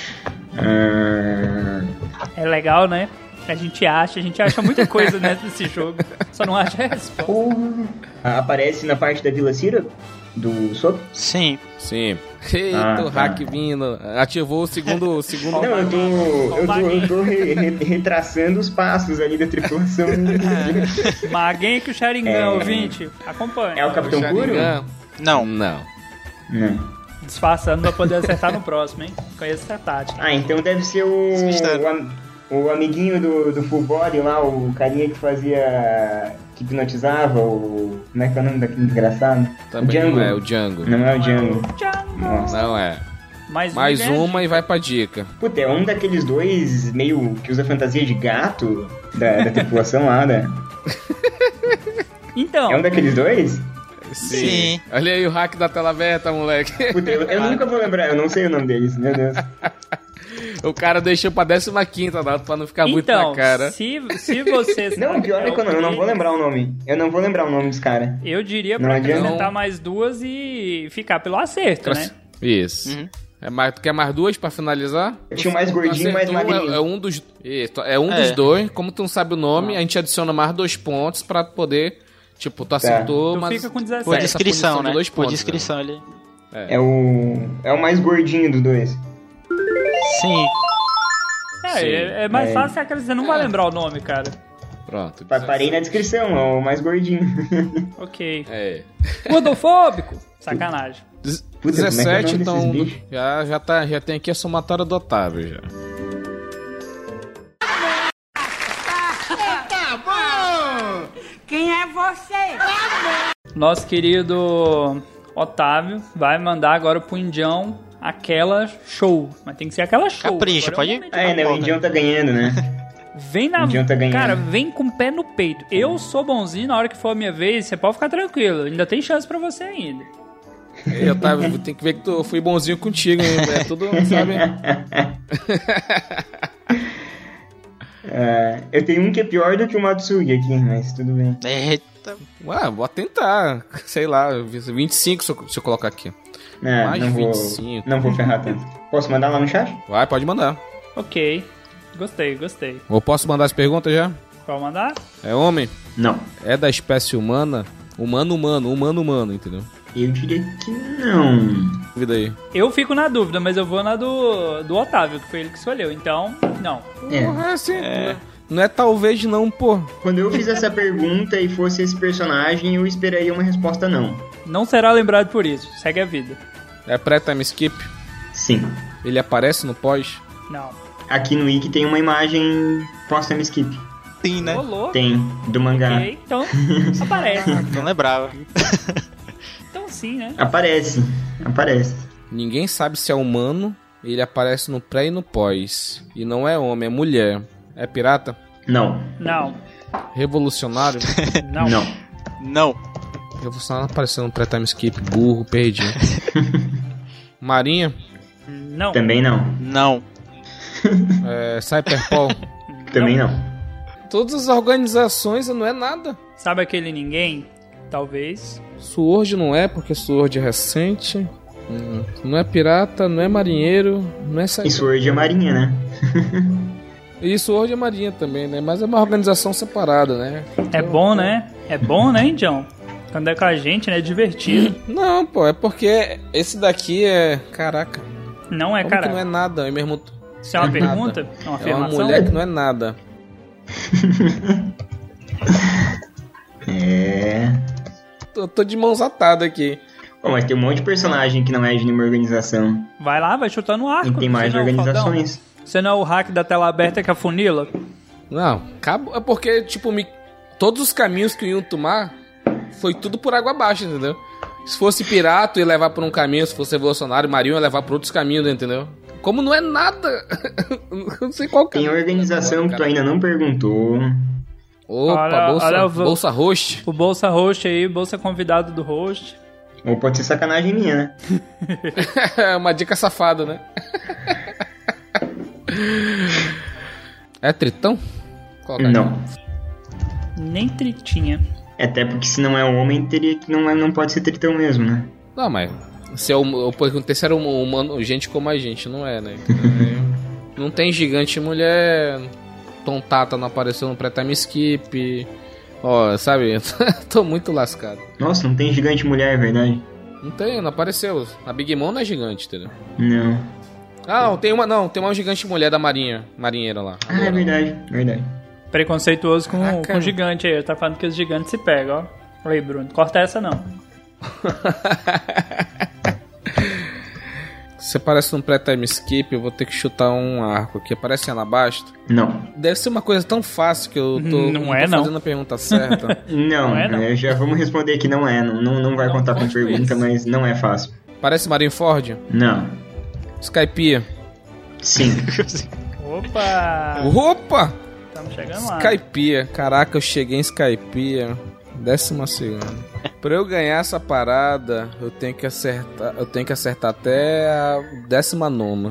Speaker 2: É legal, né? A gente acha muita coisa nesse jogo. Só não acha a resposta.
Speaker 4: Aparece na parte da Vila Syrup? Do Sop?
Speaker 3: Sim.
Speaker 1: Sim. Eita, o
Speaker 4: tá.
Speaker 1: hack vindo. Ativou o segundo...
Speaker 4: Não, eu tô retraçando os passos ali da tripulação.
Speaker 2: Maguem que o Sharingan, ouvinte. Acompanha.
Speaker 4: É o Capitão Kuro?
Speaker 1: Sharingan.
Speaker 3: Não.
Speaker 1: Não.
Speaker 4: Não.
Speaker 2: Disfarçando pra poder acertar no próximo, hein? Conheço essa tática.
Speaker 4: Ah, então deve ser o amiguinho do Full Body lá, o carinha que fazia... que hipnotizava, o... como é que é o nome daquele desgraçado?
Speaker 1: Também
Speaker 4: o Django.
Speaker 1: não é o Django.
Speaker 4: Não é o Django.
Speaker 2: Tchau.
Speaker 4: Nossa.
Speaker 1: Não é.
Speaker 2: Mais
Speaker 1: Mais
Speaker 2: ganha
Speaker 1: uma e vai pra dica.
Speaker 4: Puta, é um daqueles dois meio que usa fantasia de gato da tripulação lá, né?
Speaker 2: Então,
Speaker 4: É um daqueles dois?
Speaker 3: Sim.
Speaker 1: Olha aí o hack da tela aberta, moleque.
Speaker 4: Puta, eu nunca vou lembrar, eu não sei o nome deles, meu Deus.
Speaker 1: O cara deixou pra 15ª, Nato, pra não ficar muito na cara.
Speaker 2: se você
Speaker 4: Não,
Speaker 2: sabe
Speaker 4: o pior é que eu não vou
Speaker 2: deles,
Speaker 4: lembrar o nome. Eu não vou lembrar o nome dos caras.
Speaker 2: Eu diria
Speaker 4: Não
Speaker 2: pra
Speaker 4: adianta.
Speaker 2: acrescentar mais duas e ficar pelo acerto, né?
Speaker 1: Isso.
Speaker 3: Uhum.
Speaker 1: Tu quer mais duas pra finalizar?
Speaker 4: Eu tinha o mais gordinho e mais
Speaker 1: Acertou,
Speaker 4: magrinho.
Speaker 1: É um dos... Isso, é um dos dois. Como tu não sabe o nome, a gente adiciona mais 2 pontos pra poder... Tipo, tu acertou,
Speaker 2: Tu
Speaker 1: mas...
Speaker 2: fica com 17.
Speaker 3: Por
Speaker 1: essa
Speaker 3: descrição,
Speaker 1: punição de
Speaker 3: né?
Speaker 1: 2
Speaker 3: Por
Speaker 1: pontos,
Speaker 3: descrição ali.
Speaker 4: É o mais gordinho dos dois.
Speaker 3: Sim.
Speaker 2: É mais fácil é que você não vai lembrar o nome, cara.
Speaker 1: Pronto.
Speaker 4: Parei na descrição, é o mais gordinho.
Speaker 2: Ok.
Speaker 1: É.
Speaker 2: Gordofóbico. Sacanagem.
Speaker 4: Puta, como é que é o
Speaker 1: 17,
Speaker 4: nome
Speaker 1: então...
Speaker 4: desses bichos?
Speaker 1: Já tem aqui a somatória do Otávio, já.
Speaker 5: Tá bom! Quem é você?
Speaker 2: Nosso querido Otávio vai mandar agora pro Indião aquela show. Mas tem que ser aquela show.
Speaker 3: Capricha,
Speaker 2: Agora é o
Speaker 3: pode ir.
Speaker 2: momento.
Speaker 4: O Indião tá ganhando, né?
Speaker 2: Vem na...
Speaker 4: O Indião tá ganhando.
Speaker 2: Cara, vem com o pé no peito. Eu sou bonzinho, na hora que for a minha vez, você pode ficar tranquilo. Ainda tem chance pra você ainda.
Speaker 1: Ei, Otávio, tem que ver que eu fui bonzinho contigo, hein? É tudo, sabe?
Speaker 4: Eu tenho um que é pior do que o Matsugi aqui, mas tudo bem.
Speaker 3: Eita.
Speaker 1: Ué, vou tentar. Sei lá, 25 se eu colocar aqui. Mais
Speaker 4: Não
Speaker 1: 25.
Speaker 4: não vou ferrar tanto. Posso mandar lá no chat?
Speaker 1: Vai, pode mandar.
Speaker 2: Ok. Gostei.
Speaker 1: Ou posso mandar as perguntas já?
Speaker 2: Qual mandar?
Speaker 1: É homem?
Speaker 4: Não.
Speaker 1: É da espécie humana? Humano, entendeu?
Speaker 4: Eu diria que não.
Speaker 1: Vida aí.
Speaker 2: Eu fico na dúvida, mas eu vou na do Otávio, que foi ele que escolheu. Então, não.
Speaker 1: Porra, assim, não é talvez não, pô.
Speaker 4: Quando eu fiz essa pergunta e fosse esse personagem, eu esperaria uma resposta não.
Speaker 2: Não será lembrado por isso. Segue a vida.
Speaker 1: É pré-time skip?
Speaker 4: Sim.
Speaker 1: Ele aparece no pós?
Speaker 2: Não.
Speaker 4: Aqui no Wiki tem uma imagem pós-time skip.
Speaker 3: Sim, né?
Speaker 2: Rolou.
Speaker 4: Tem, do mangá.
Speaker 2: Ok, então aparece.
Speaker 3: Não lembrava.
Speaker 2: Então sim, né?
Speaker 4: Aparece.
Speaker 1: Ninguém sabe se é humano. Ele aparece no pré e no pós. E não é homem, é mulher. É pirata?
Speaker 4: Não.
Speaker 2: Não.
Speaker 1: Revolucionário?
Speaker 2: Não.
Speaker 4: Não.
Speaker 3: Não.
Speaker 1: Revolucionário apareceu no pré-time skip. Burro, perdi. Marinha?
Speaker 2: Não.
Speaker 4: Também não.
Speaker 3: Não.
Speaker 1: Cyberpol?
Speaker 4: Também não.
Speaker 1: Todas as organizações não é nada.
Speaker 2: Sabe aquele ninguém? Talvez.
Speaker 1: Sword não é, porque Sword é recente. Não é pirata, não é marinheiro, não é
Speaker 4: E Sword é marinha, né?
Speaker 1: E Sword é marinha também, né? Mas é uma organização separada, né?
Speaker 2: É bom, né? É bom, né, Indião? Quando é com a gente, né? É divertido.
Speaker 1: Não, pô, é porque esse daqui é... Caraca.
Speaker 2: Não é,
Speaker 1: Como
Speaker 2: cara.
Speaker 1: que não é nada? Eu mesmo...
Speaker 2: Isso é uma pergunta? É uma
Speaker 1: É
Speaker 2: afirmação?
Speaker 1: uma mulher que não é nada. Tô de mãos atadas aqui.
Speaker 4: Bom, mas tem um monte de personagem que não é de nenhuma organização.
Speaker 2: Vai lá, vai chutar no arco.
Speaker 4: E tem mais
Speaker 2: Você não é o
Speaker 4: organizações.
Speaker 2: Faldão? Você não é o hack da tela aberta que afunila?
Speaker 1: Não, acabou. É porque, tipo, todos os caminhos que iam tomar foi tudo por água abaixo, entendeu? Se fosse pirata, ia levar por um caminho. Se fosse revolucionário, marinho ia levar por outros caminhos, entendeu? Como não é nada. Não sei qual
Speaker 4: Tem
Speaker 1: caminho.
Speaker 4: organização que tu ainda não perguntou.
Speaker 1: Opa,
Speaker 2: Olha,
Speaker 1: bolsa host.
Speaker 2: O Bolsa Host aí, Bolsa convidado do host.
Speaker 4: Ou pode ser sacanagem minha, né?
Speaker 1: Uma dica safada, né? É Tritão? Coloca aí.
Speaker 4: Não.
Speaker 2: Nem tritinha.
Speaker 4: Até porque se não é homem, teria que não pode ser tritão mesmo, né?
Speaker 1: Não, mas se é eu perguntei se era humano, gente como a gente, não é, né? Não tem gigante mulher, Tontata não apareceu no pré-time skip. Ó, sabe? Tô muito lascado.
Speaker 4: Nossa, não tem gigante mulher, é verdade?
Speaker 1: Não apareceu. A Big Mom não é gigante, entendeu?
Speaker 4: Não.
Speaker 1: Ah, tem uma gigante mulher da marinheira lá.
Speaker 4: Ah, é verdade.
Speaker 2: Preconceituoso com
Speaker 1: Caraca.
Speaker 2: gigante aí. Tá falando que os gigantes se pegam, ó. Aí, Bruno, corta essa não.
Speaker 1: Se aparece um pré-time skip, eu vou ter que chutar um arco aqui. Aparece Anabasta?
Speaker 4: Não.
Speaker 1: Deve ser uma coisa tão fácil que eu tô,
Speaker 2: Não
Speaker 1: tô
Speaker 2: é, não.
Speaker 1: fazendo a pergunta certa.
Speaker 4: Não,
Speaker 2: é, não.
Speaker 4: Já vamos responder que não é. Não vai contar com
Speaker 1: pode
Speaker 4: pergunta,
Speaker 1: isso.
Speaker 4: mas não é fácil.
Speaker 1: Parece Marineford?
Speaker 4: Não.
Speaker 1: Skypiea?
Speaker 4: Sim.
Speaker 2: Opa!
Speaker 1: Opa!
Speaker 2: Estamos chegando lá.
Speaker 1: Skypiea. Caraca, eu cheguei em Skypiea. 12ª. Pra eu ganhar essa parada, eu tenho que acertar até a 19ª.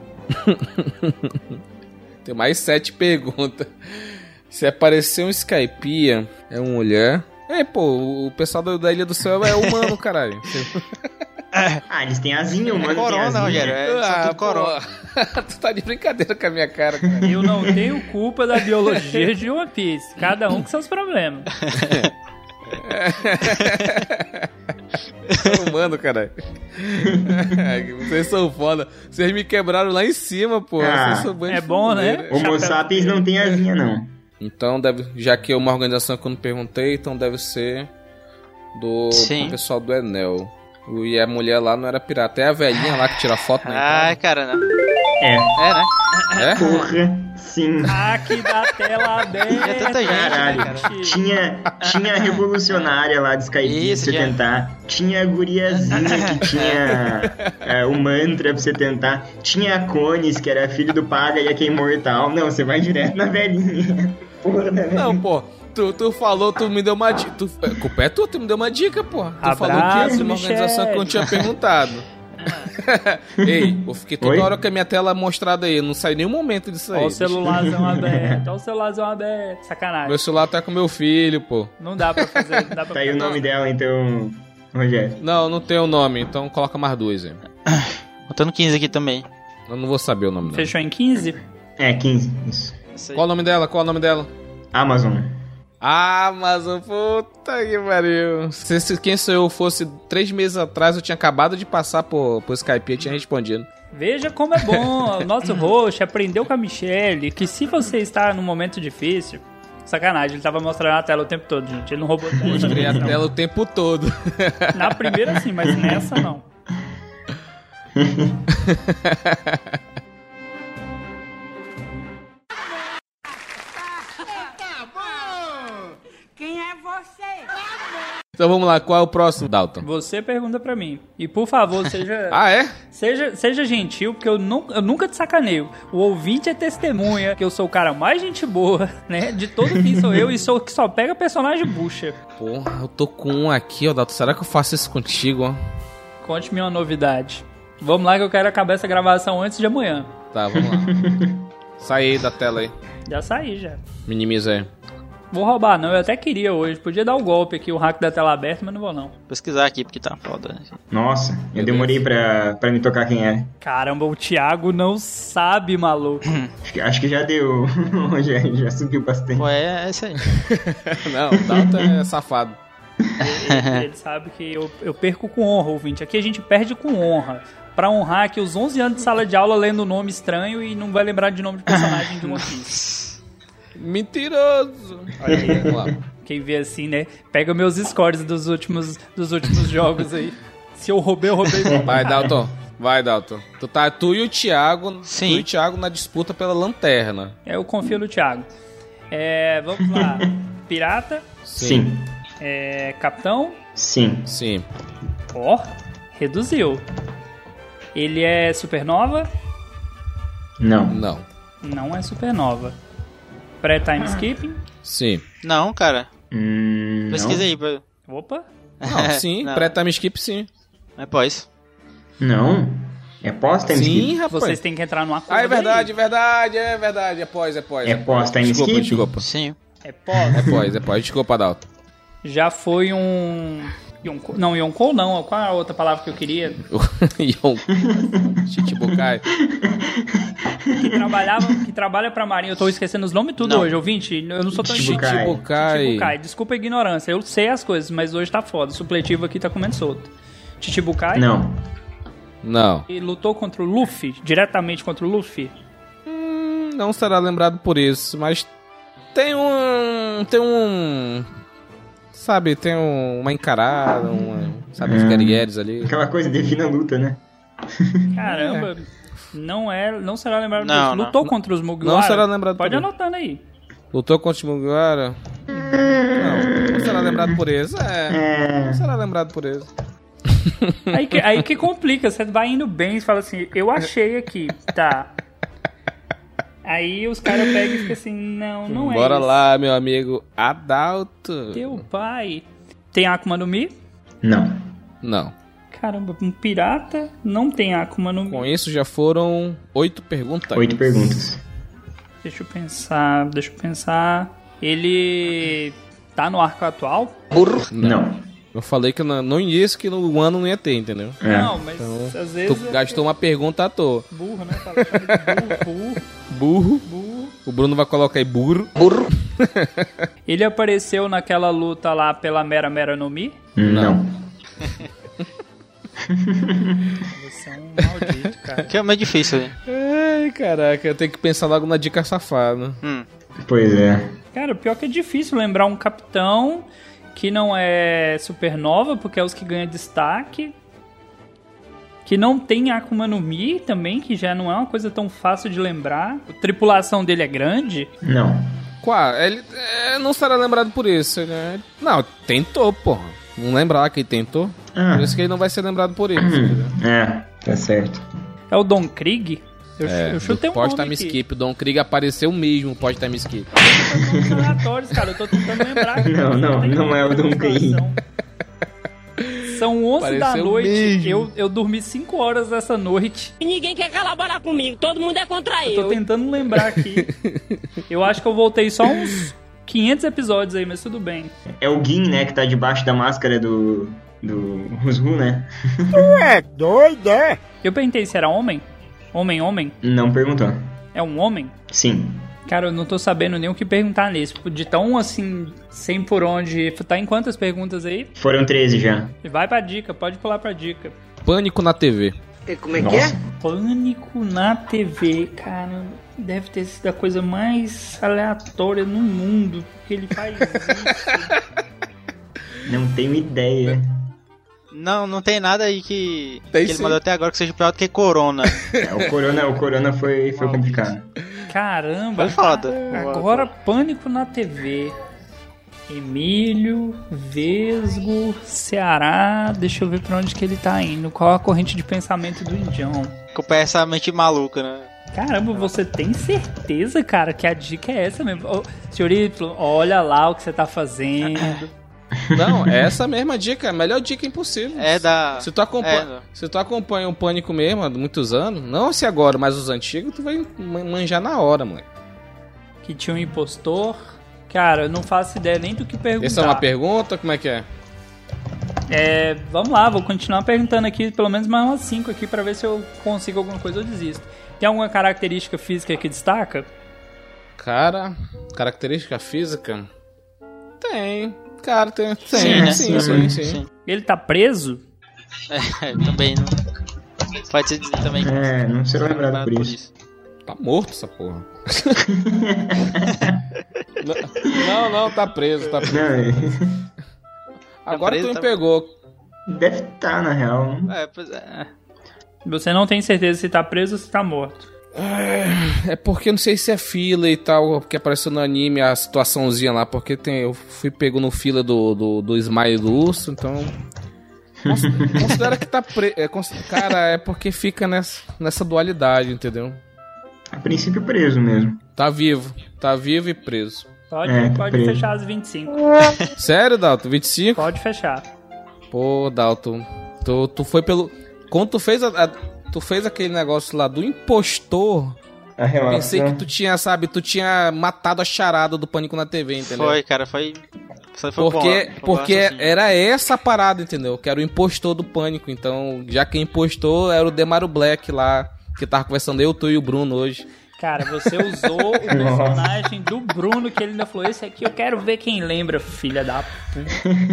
Speaker 1: Tem mais 7 perguntas. Se aparecer um Skypiea, é uma mulher. Pô, o pessoal da Ilha do Céu é humano, caralho.
Speaker 4: Ah, eles têm asinha, mano.
Speaker 3: É corona, Rogério. São tudo corona.
Speaker 1: Tu tá de brincadeira com a minha cara, cara.
Speaker 2: Eu não tenho culpa da biologia de One Piece. Cada um com seus problemas.
Speaker 1: É humano, caralho. Vocês são foda. Vocês me quebraram lá em cima, pô. Vocês são bem
Speaker 2: é bom, né?
Speaker 1: fudeira.
Speaker 4: Homo
Speaker 2: Chapéu.
Speaker 4: sapiens não tem asinha, não.
Speaker 1: Então, já que é uma organização que eu não perguntei, então deve ser do pessoal do Enel. E a mulher lá não era pirata. É a velhinha lá que tira foto na
Speaker 3: Ai,
Speaker 1: entrada.
Speaker 3: cara, não.
Speaker 4: É.
Speaker 3: É, né?
Speaker 1: É?
Speaker 4: Porra, sim.
Speaker 2: Aqui da tela aberta.
Speaker 3: É tanta gente, né,
Speaker 4: Caralho,
Speaker 3: cara?
Speaker 4: tinha a revolucionária lá de Skype pra você tentar. Tinha a guriazinha que tinha o mantra pra você tentar. Tinha a Conis, que era filho do Paga e a que é imortal. Não, você vai direto na velhinha. Porra, né, velhinha.
Speaker 1: Não, pô. Tu falou, tu me deu uma dica. Culpa é tua, tu me deu uma dica, pô. Tu
Speaker 2: Abraço,
Speaker 1: falou que ia ser uma organização que eu não
Speaker 2: Michele.
Speaker 1: tinha perguntado. Ei, eu fiquei toda
Speaker 4: Oi?
Speaker 1: hora com a minha tela mostrada aí. Não sai nenhum momento disso aí.
Speaker 2: Olha o celularzão aberto. Olha o celularzão aberto. Sacanagem.
Speaker 1: Meu celular tá com meu filho, pô.
Speaker 2: Não dá pra fazer. Não dá pra
Speaker 4: Tá aí o nome dela, então, Rogério.
Speaker 1: Não tem o nome, então coloca mais 2 aí.
Speaker 3: Botando 15 aqui também.
Speaker 1: Eu não vou saber o nome dela.
Speaker 2: Fechou em 15?
Speaker 4: É, 15, isso.
Speaker 3: Isso aí.
Speaker 1: Qual o nome dela?
Speaker 4: Amazon.
Speaker 1: Amazon, puta que pariu. Se quem sou eu fosse 3 meses atrás, eu tinha acabado de passar por Skype e tinha respondido.
Speaker 2: Veja como é bom o nosso host aprendeu com a Michelle que se você está num momento difícil... Sacanagem, ele tava mostrando a tela o tempo todo, gente. Ele não roubou tela.
Speaker 1: Mostrei a tela o tempo todo.
Speaker 2: Na primeira sim, mas nessa não.
Speaker 5: Quem é você?
Speaker 1: Então vamos lá, qual é o próximo, Dalton?
Speaker 2: Você pergunta pra mim. E por favor, seja...
Speaker 1: Ah, é?
Speaker 2: Seja gentil, porque eu nunca te sacaneio. O ouvinte é testemunha que eu sou o cara mais gente boa, né? De todo quem sou eu e sou que só pega personagem bucha.
Speaker 1: Porra, eu tô com um aqui, ó, Dalton. Será que eu faço isso contigo, ó?
Speaker 2: Conte-me uma novidade. Vamos lá que eu quero acabar essa gravação antes de amanhã.
Speaker 1: Tá, vamos lá. Sai aí da tela aí.
Speaker 2: Já saí, já.
Speaker 1: Minimiza aí.
Speaker 2: Vou roubar não, eu até queria hoje. Podia dar o golpe aqui, o hack da tela aberta, mas não vou não.
Speaker 3: Pesquisar aqui porque tá foda.
Speaker 4: Nossa, eu demorei pra me tocar quem é.
Speaker 2: Caramba, o Thiago não sabe, maluco.
Speaker 4: Acho que já deu. já subiu bastante.
Speaker 3: Pô, é isso aí.
Speaker 1: Não, o Dalton é safado.
Speaker 2: Ele sabe que eu perco com honra, ouvinte. Aqui a gente perde com honra. Pra honrar aqui os 11 anos de sala de aula lendo nome estranho e não vai lembrar de nome de personagem de One Piece.
Speaker 1: Mentiroso. Olha aí, vamos lá.
Speaker 2: Quem vê assim, né? Pega meus scores dos últimos jogos aí. Se eu roubei,
Speaker 1: Vai, Dalton. Vai, Dalton. Tu e o Thiago.
Speaker 3: Sim.
Speaker 1: Tu e o Thiago na disputa pela lanterna.
Speaker 2: Eu confio no Thiago. Vamos lá. Pirata.
Speaker 4: Sim.
Speaker 2: Capitão.
Speaker 4: Sim.
Speaker 1: Sim.
Speaker 2: Ó, reduziu. Ele é supernova?
Speaker 4: Não.
Speaker 1: Não.
Speaker 2: Não é supernova. Pré-time skipping?
Speaker 1: Sim.
Speaker 3: Não, cara. Pesquisa aí.
Speaker 2: Opa.
Speaker 1: Não, sim.
Speaker 3: Não.
Speaker 1: Pré-time skip, sim.
Speaker 3: É pós.
Speaker 4: Não. É pós-time
Speaker 1: Sim,
Speaker 4: skip?
Speaker 1: rapaz.
Speaker 2: Vocês têm que entrar numa coisa.
Speaker 1: Ah, é verdade. É pós.
Speaker 4: É pós-time skip?
Speaker 1: Desculpa.
Speaker 3: Sim.
Speaker 2: É pós.
Speaker 1: É pós. Desculpa, Dalton.
Speaker 2: Já foi um... Não, Yonkou não. Qual é a outra palavra que eu queria?
Speaker 1: Chichibukai.
Speaker 2: Que trabalha pra Marinha. Eu tô esquecendo os nomes tudo hoje, ouvinte. Eu não sou tão
Speaker 1: Chichibukai.
Speaker 2: Desculpa a ignorância. Eu sei as coisas, mas hoje tá foda. O supletivo aqui tá comendo solto. Chichibukai?
Speaker 1: Não.
Speaker 2: E lutou contra o Luffy? Diretamente contra o Luffy?
Speaker 1: Não será lembrado por isso, mas tem sabe, tem uma encarada, sabe, os guerreiros ali.
Speaker 4: Aquela coisa, defina a luta, né?
Speaker 2: Caramba, não será lembrado
Speaker 3: Não,
Speaker 2: disso. Lutou contra os Mugiwara?
Speaker 1: Não será lembrado
Speaker 2: Pode
Speaker 1: por isso.
Speaker 2: anotando aí.
Speaker 1: Lutou contra os Mugiwara? Não será lembrado por isso. Não será lembrado por isso.
Speaker 2: Aí que complica, você vai indo bem e fala assim, eu achei aqui, tá. Aí os caras pegam e ficam assim, não é
Speaker 1: Bora
Speaker 2: isso.
Speaker 1: lá, meu amigo Adalto.
Speaker 2: Teu pai. Tem Akuma no Mi?
Speaker 1: Não.
Speaker 2: Caramba, um pirata não tem Akuma no Mi.
Speaker 1: Com isso já foram 8 perguntas.
Speaker 4: 8 perguntas.
Speaker 2: Deixa eu pensar. Ele tá no arco atual?
Speaker 4: Não.
Speaker 1: Eu falei que no início que no ano não ia ter, entendeu?
Speaker 2: Não, mas
Speaker 1: Então,
Speaker 2: às vezes...
Speaker 1: tu gastou uma pergunta à toa.
Speaker 2: Burro, né? Fala,
Speaker 1: Burro.
Speaker 2: burro.
Speaker 1: O Bruno vai colocar aí burro.
Speaker 2: Ele apareceu naquela luta lá pela Mera no Mi?
Speaker 4: Não.
Speaker 2: Você é um maldito, cara.
Speaker 3: Que é mais difícil, né?
Speaker 1: Ai, caraca, eu tenho que pensar logo na dica safada.
Speaker 4: Pois é.
Speaker 2: Cara, o pior que é difícil lembrar um capitão que não é supernova, porque é os que ganham destaque. Que não tem Akuma no Mi também, que já não é uma coisa tão fácil de lembrar. A tripulação dele é grande.
Speaker 4: Não.
Speaker 1: Qual? Ele não será lembrado por isso, né? Não, tentou, porra. Não lembra lá que ele tentou? Por isso que ele não vai ser lembrado por isso.
Speaker 4: Tá certo.
Speaker 2: É o Don Krieg? Eu chutei um nome
Speaker 1: pós-time
Speaker 2: aqui.
Speaker 1: skip. O Don Krieg apareceu mesmo pós-time skip.
Speaker 2: Nomes aleatórios, cara. Eu tô tentando lembrar aqui.
Speaker 4: Não é o Don Krieg.
Speaker 2: São 11 da
Speaker 1: Pareceu
Speaker 2: noite.
Speaker 1: mesmo.
Speaker 2: Eu dormi 5 horas essa noite.
Speaker 5: E ninguém quer colaborar comigo, todo mundo é contra
Speaker 2: Eu tô tentando lembrar aqui. Eu acho que eu voltei só uns 500 episódios aí, mas tudo bem.
Speaker 4: É o Gin, né, que tá debaixo da máscara do Rusru, né?
Speaker 2: Eu perguntei se era homem? Homem?
Speaker 4: Não perguntou.
Speaker 2: É um homem?
Speaker 4: Sim.
Speaker 2: Cara, eu não tô sabendo nem o que perguntar nesse. De tão, assim, sem por onde... Tá em quantas perguntas aí?
Speaker 4: Foram 13 já.
Speaker 2: Vai pra dica, pode pular pra dica.
Speaker 1: Pânico na TV.
Speaker 5: Como é que é?
Speaker 2: Pânico na TV, cara. Deve ter sido a coisa mais aleatória no mundo. Porque ele faz isso.
Speaker 4: Não tenho ideia.
Speaker 3: Não tem nada aí que ele mandou até agora que seja pior do que Corona.
Speaker 4: O Corona foi complicado.
Speaker 2: Caramba,
Speaker 3: foi foda.
Speaker 2: Agora Pânico na TV. Emílio, Vesgo, Ceará. Deixa eu ver pra onde que ele tá indo. Qual a corrente de pensamento do Indião?
Speaker 3: Com essa mente maluca, né?
Speaker 2: Caramba, você tem certeza, cara, que a dica é essa mesmo? Ô, senhor Y, olha lá o que você tá fazendo.
Speaker 1: Não, é essa mesma dica, a melhor dica impossível.
Speaker 3: É da...
Speaker 1: Se tu acompanha o Pânico mesmo há muitos anos, não esse agora, mas os antigos, tu vai manjar na hora, moleque.
Speaker 2: Que tinha um impostor. Cara, eu não faço ideia nem do que perguntar.
Speaker 1: Essa é uma pergunta? Como é que é?
Speaker 2: Vamos lá, vou continuar perguntando aqui, pelo menos mais umas 5 aqui, pra ver se eu consigo alguma coisa ou desisto. Tem alguma característica física que destaca?
Speaker 1: Cara, característica física? Tem. Cara, tem. Sim.
Speaker 2: Ele tá preso?
Speaker 3: Também não. Pode ser também.
Speaker 4: Não será lembrado por isso.
Speaker 1: Tá morto essa porra. Não, tá preso. Agora tu me pegou.
Speaker 4: Deve estar, na real.
Speaker 3: Pois é.
Speaker 2: Você não tem certeza se tá preso ou se tá morto.
Speaker 1: É porque eu não sei se é fila e tal, porque apareceu no anime a situaçãozinha lá, porque eu fui pego no fila do Smile do urso, então... Considera que tá preso. Cara, é porque fica nessa dualidade, entendeu?
Speaker 4: A princípio preso mesmo.
Speaker 1: Tá vivo e preso.
Speaker 2: Pode
Speaker 4: preso.
Speaker 2: fechar as 25.
Speaker 1: Sério, Dalton? 25?
Speaker 2: Pode fechar.
Speaker 1: Pô, Dalton, tu foi pelo... Quando tu fez aquele negócio lá do impostor, pensei que tu tinha matado a charada do Pânico na TV, entendeu?
Speaker 3: Foi, cara, foi
Speaker 1: porque era essa a parada, entendeu? Que era o impostor do Pânico, então, já que impostor era o Demaro Black lá, que tava conversando eu, tu e o Bruno hoje.
Speaker 2: Cara, você usou o personagem do Bruno, que ele ainda falou, esse aqui eu quero ver quem lembra, filha da puta.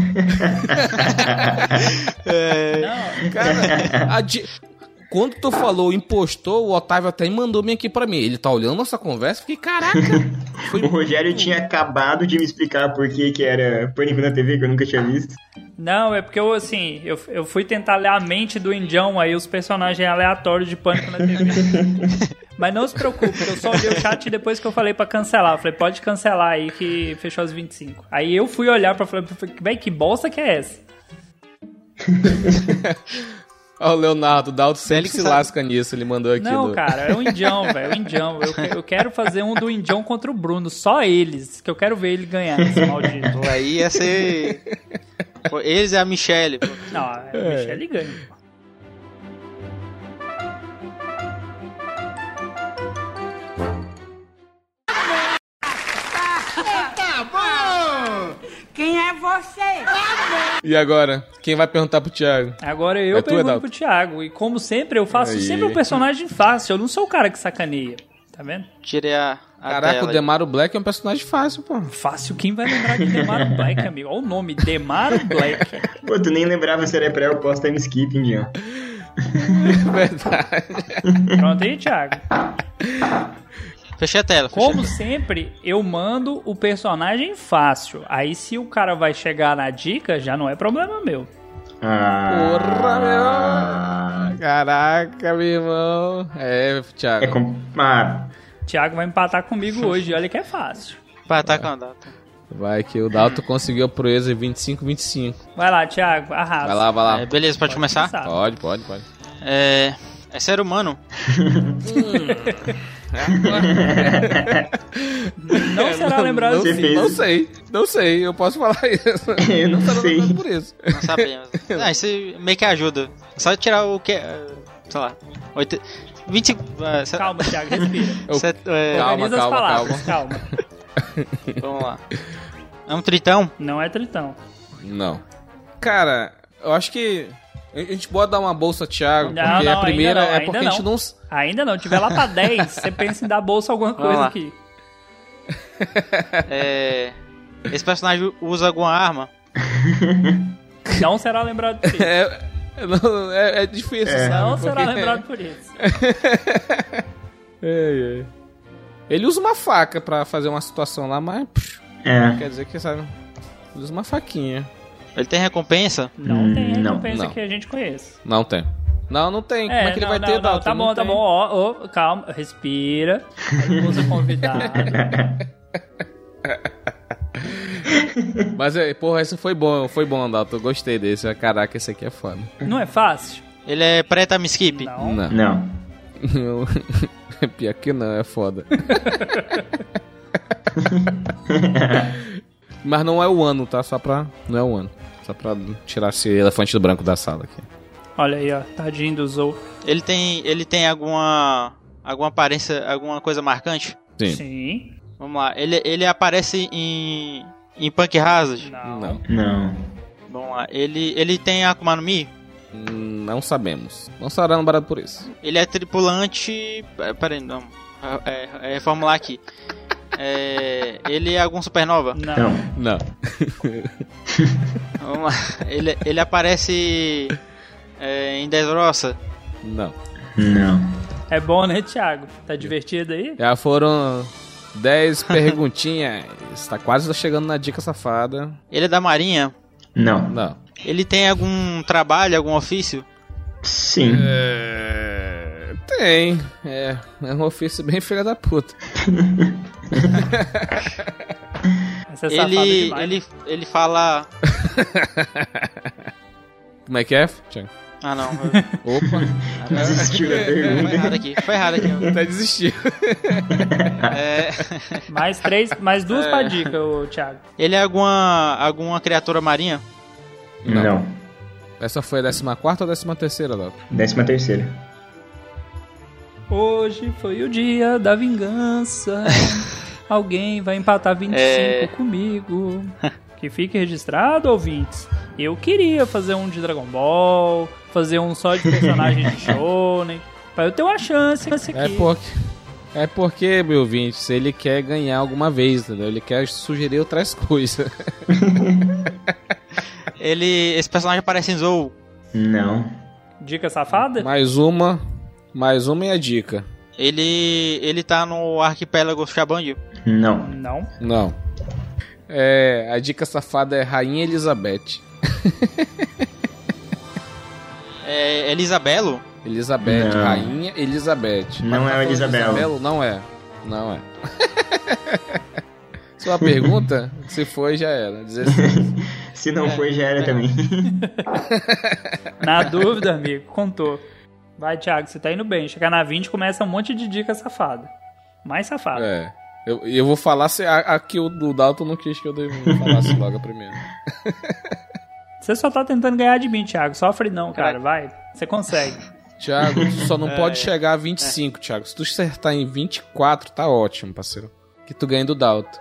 Speaker 1: Não, cara, quando tu falou impostor, o Otávio até mandou aqui pra mim. Ele tá olhando nossa conversa, fiquei, caraca.
Speaker 4: O Rogério tinha acabado de me explicar por que era Pânico na TV, que eu nunca tinha visto.
Speaker 2: Não, é porque eu fui tentar ler a mente do Indião, aí os personagens aleatórios de Pânico na TV. Mas não se preocupe, eu só olhei o chat depois que eu falei pra cancelar. Eu falei, pode cancelar aí que fechou as 25. Aí eu fui olhar pra falar, véi, que bosta que é essa?
Speaker 1: Ó, o Leonardo, o Dalton sempre se lasca nisso, ele mandou aqui.
Speaker 2: Não, cara, é o Indião, velho, o Indião. Eu quero fazer um do Indião contra o Bruno, só eles, que eu quero ver ele ganhar, esse maldito.
Speaker 3: Pô, aí ia ser... Pô, eles e a Michelle. Pô.
Speaker 2: Não, a Michelle ganha.
Speaker 5: Tá bom! Quem é você?
Speaker 1: E agora? Quem vai perguntar pro Thiago?
Speaker 2: Agora eu pergunto pro Thiago. E como sempre, eu faço sempre um personagem fácil. Eu não sou o cara que sacaneia. Tá vendo?
Speaker 3: Tirei a
Speaker 1: Caraca,
Speaker 3: tela.
Speaker 1: O Demaro Black é um personagem fácil, pô.
Speaker 2: Fácil? Quem vai lembrar de Demaro Black, amigo? Olha o nome, Demaro Black.
Speaker 4: Pô, tu nem lembrava se era pré ou pós-time skip, Indião.
Speaker 1: Verdade.
Speaker 2: Pronto aí, Thiago.
Speaker 3: Fechei a tela.
Speaker 2: Como sempre, eu mando o personagem fácil. Aí se o cara vai chegar na dica, já não é problema meu.
Speaker 1: Porra, meu. Caraca, meu irmão. Thiago.
Speaker 2: Thiago vai empatar comigo hoje. Olha que é fácil.
Speaker 3: Empatar com a data.
Speaker 1: Vai que o Dalton conseguiu a proeza 25-25.
Speaker 2: Vai lá, Thiago. Arrasa.
Speaker 1: Vai lá.
Speaker 3: Beleza, pode começar?
Speaker 1: Pode.
Speaker 3: É ser humano?
Speaker 2: Não será lembrado assim.
Speaker 1: Não sei, eu posso falar isso.
Speaker 4: Eu não sei.
Speaker 1: Por isso.
Speaker 3: Não sabemos. Isso meio que ajuda. Só tirar o que... Sei lá... 20...
Speaker 2: Calma, Thiago, respira.
Speaker 1: Calma.
Speaker 2: Calma.
Speaker 3: Vamos lá. É um tritão?
Speaker 2: Não é tritão.
Speaker 1: Não. Cara, eu acho que... A gente pode dar uma bolsa, Thiago,
Speaker 2: não,
Speaker 1: porque
Speaker 2: não,
Speaker 1: a primeira
Speaker 2: não,
Speaker 1: é porque a gente não...
Speaker 2: Ainda não, tiver lá pra 10, você pensa em dar bolsa alguma coisa aqui.
Speaker 3: Esse personagem usa alguma arma?
Speaker 2: Não será lembrado por isso.
Speaker 1: É difícil, sabe?
Speaker 2: Não será lembrado por isso.
Speaker 1: Ele usa uma faca pra fazer uma situação lá, mas... Quer dizer que, sabe... Ele usa uma faquinha.
Speaker 3: Ele tem recompensa?
Speaker 2: Não tem recompensa
Speaker 1: não.
Speaker 2: que a gente conhece.
Speaker 1: Não tem. Não tem. Como é que ele vai ter, Dalton?
Speaker 2: Tá bom, tá bom. Ó, calma. Respira. Usa convidado.
Speaker 1: Mas, porra, esse foi bom, Dalton. Eu gostei desse. Caraca, esse aqui é foda.
Speaker 2: Não é fácil?
Speaker 3: Ele é pré-time skip?
Speaker 4: Não.
Speaker 1: Pior que não, é foda. Mas não é o ano, tá? Não é o ano. Só pra tirar esse elefante branco da sala aqui.
Speaker 2: Olha aí, ó. Tadinho do Zou.
Speaker 3: Ele tem alguma aparência, alguma coisa marcante?
Speaker 2: Sim.
Speaker 3: Vamos lá. Ele aparece em Punk Hazard?
Speaker 4: Não.
Speaker 3: Vamos lá. Ele tem Akuma no Mi?
Speaker 1: Não sabemos. Não será lembrado por isso.
Speaker 3: Ele é tripulante... Peraí, não. Reformular aqui. Ele é algum supernova?
Speaker 1: Não.
Speaker 3: Vamos lá. Ele aparece em Dressrosa?
Speaker 1: Não.
Speaker 2: É bom, né, Thiago? Tá divertido aí?
Speaker 1: Já foram 10 perguntinhas. Tá quase chegando na dica safada.
Speaker 3: Ele é da Marinha?
Speaker 4: Não.
Speaker 3: Ele tem algum trabalho, algum ofício?
Speaker 4: Sim.
Speaker 1: Tem. É um ofício bem filha da puta.
Speaker 2: Essa é safado demais.
Speaker 3: Ele fala...
Speaker 1: Como é que é, Thiago?
Speaker 3: Ah, não.
Speaker 1: Opa.
Speaker 4: Desistiu da pergunta.
Speaker 3: Foi errado aqui.
Speaker 1: Até desistiu.
Speaker 2: Mais duas pra dica, ô Thiago.
Speaker 3: Ele é alguma criatura marinha?
Speaker 4: Não.
Speaker 1: Essa foi a 14ª ou a 13ª, Dalton?
Speaker 4: 13ª.
Speaker 2: Hoje foi o dia da vingança. Alguém vai empatar 25 comigo. Que fique registrado, ouvintes. Eu queria fazer um de Dragon Ball, fazer um só de personagem de Shonen, pra eu ter uma chance nesse aqui.
Speaker 1: É porque, meu ouvinte, se ele quer ganhar alguma vez, entendeu? Ele quer sugerir outras coisas.
Speaker 3: Esse personagem aparece em Zou?
Speaker 4: Não.
Speaker 2: Dica safada?
Speaker 1: Mais uma e a dica.
Speaker 3: Ele tá no arquipélago Shabandio?
Speaker 2: Não.
Speaker 1: A dica safada é Rainha Elizabeth.
Speaker 3: Elisabelo?
Speaker 1: Elizabeth,
Speaker 4: Não.
Speaker 1: Rainha Elizabeth.
Speaker 4: Não é o
Speaker 1: Elisabelo? Não é. Sua pergunta, se foi, já era. 16.
Speaker 4: Se não foi, já era também.
Speaker 2: Na dúvida, amigo, contou. Vai, Thiago, você tá indo bem. Chegar na 20 começa um monte de dica safada. Mais safada.
Speaker 1: Eu vou falar se aqui o do Dalton não quis que eu falasse logo a primeira.
Speaker 2: Você só tá tentando ganhar de mim, Thiago. Sofre não, cara. Vai. Você consegue.
Speaker 1: Thiago, tu só não pode chegar a 25, Thiago. Se tu acertar em 24, tá ótimo, parceiro. Que tu ganha do Dalton.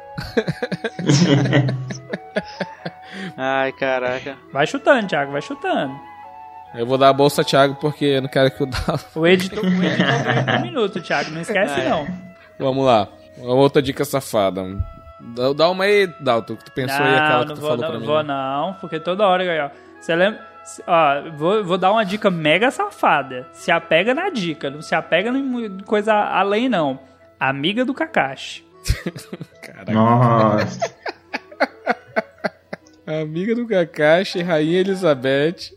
Speaker 3: Ai, caraca.
Speaker 2: Vai chutando, Thiago. Vai chutando.
Speaker 1: Eu vou dar a bolsa, Thiago, porque eu não quero que o Dalton...
Speaker 2: O editor ganha um minuto, Thiago. Não esquece, não.
Speaker 1: Vamos lá. Uma outra dica safada. Dá uma aí, Dalton, que tu pensou aí, aquela que tu falou pra mim.
Speaker 2: Não, porque toda hora ganhou. Você lembra... Ó, vou dar uma dica mega safada. Se apega na dica, não se apega em coisa além, não. Amiga do Kakashi.
Speaker 1: Caraca.
Speaker 4: Nossa.
Speaker 1: Amiga do Kakashi, Rainha Elizabeth.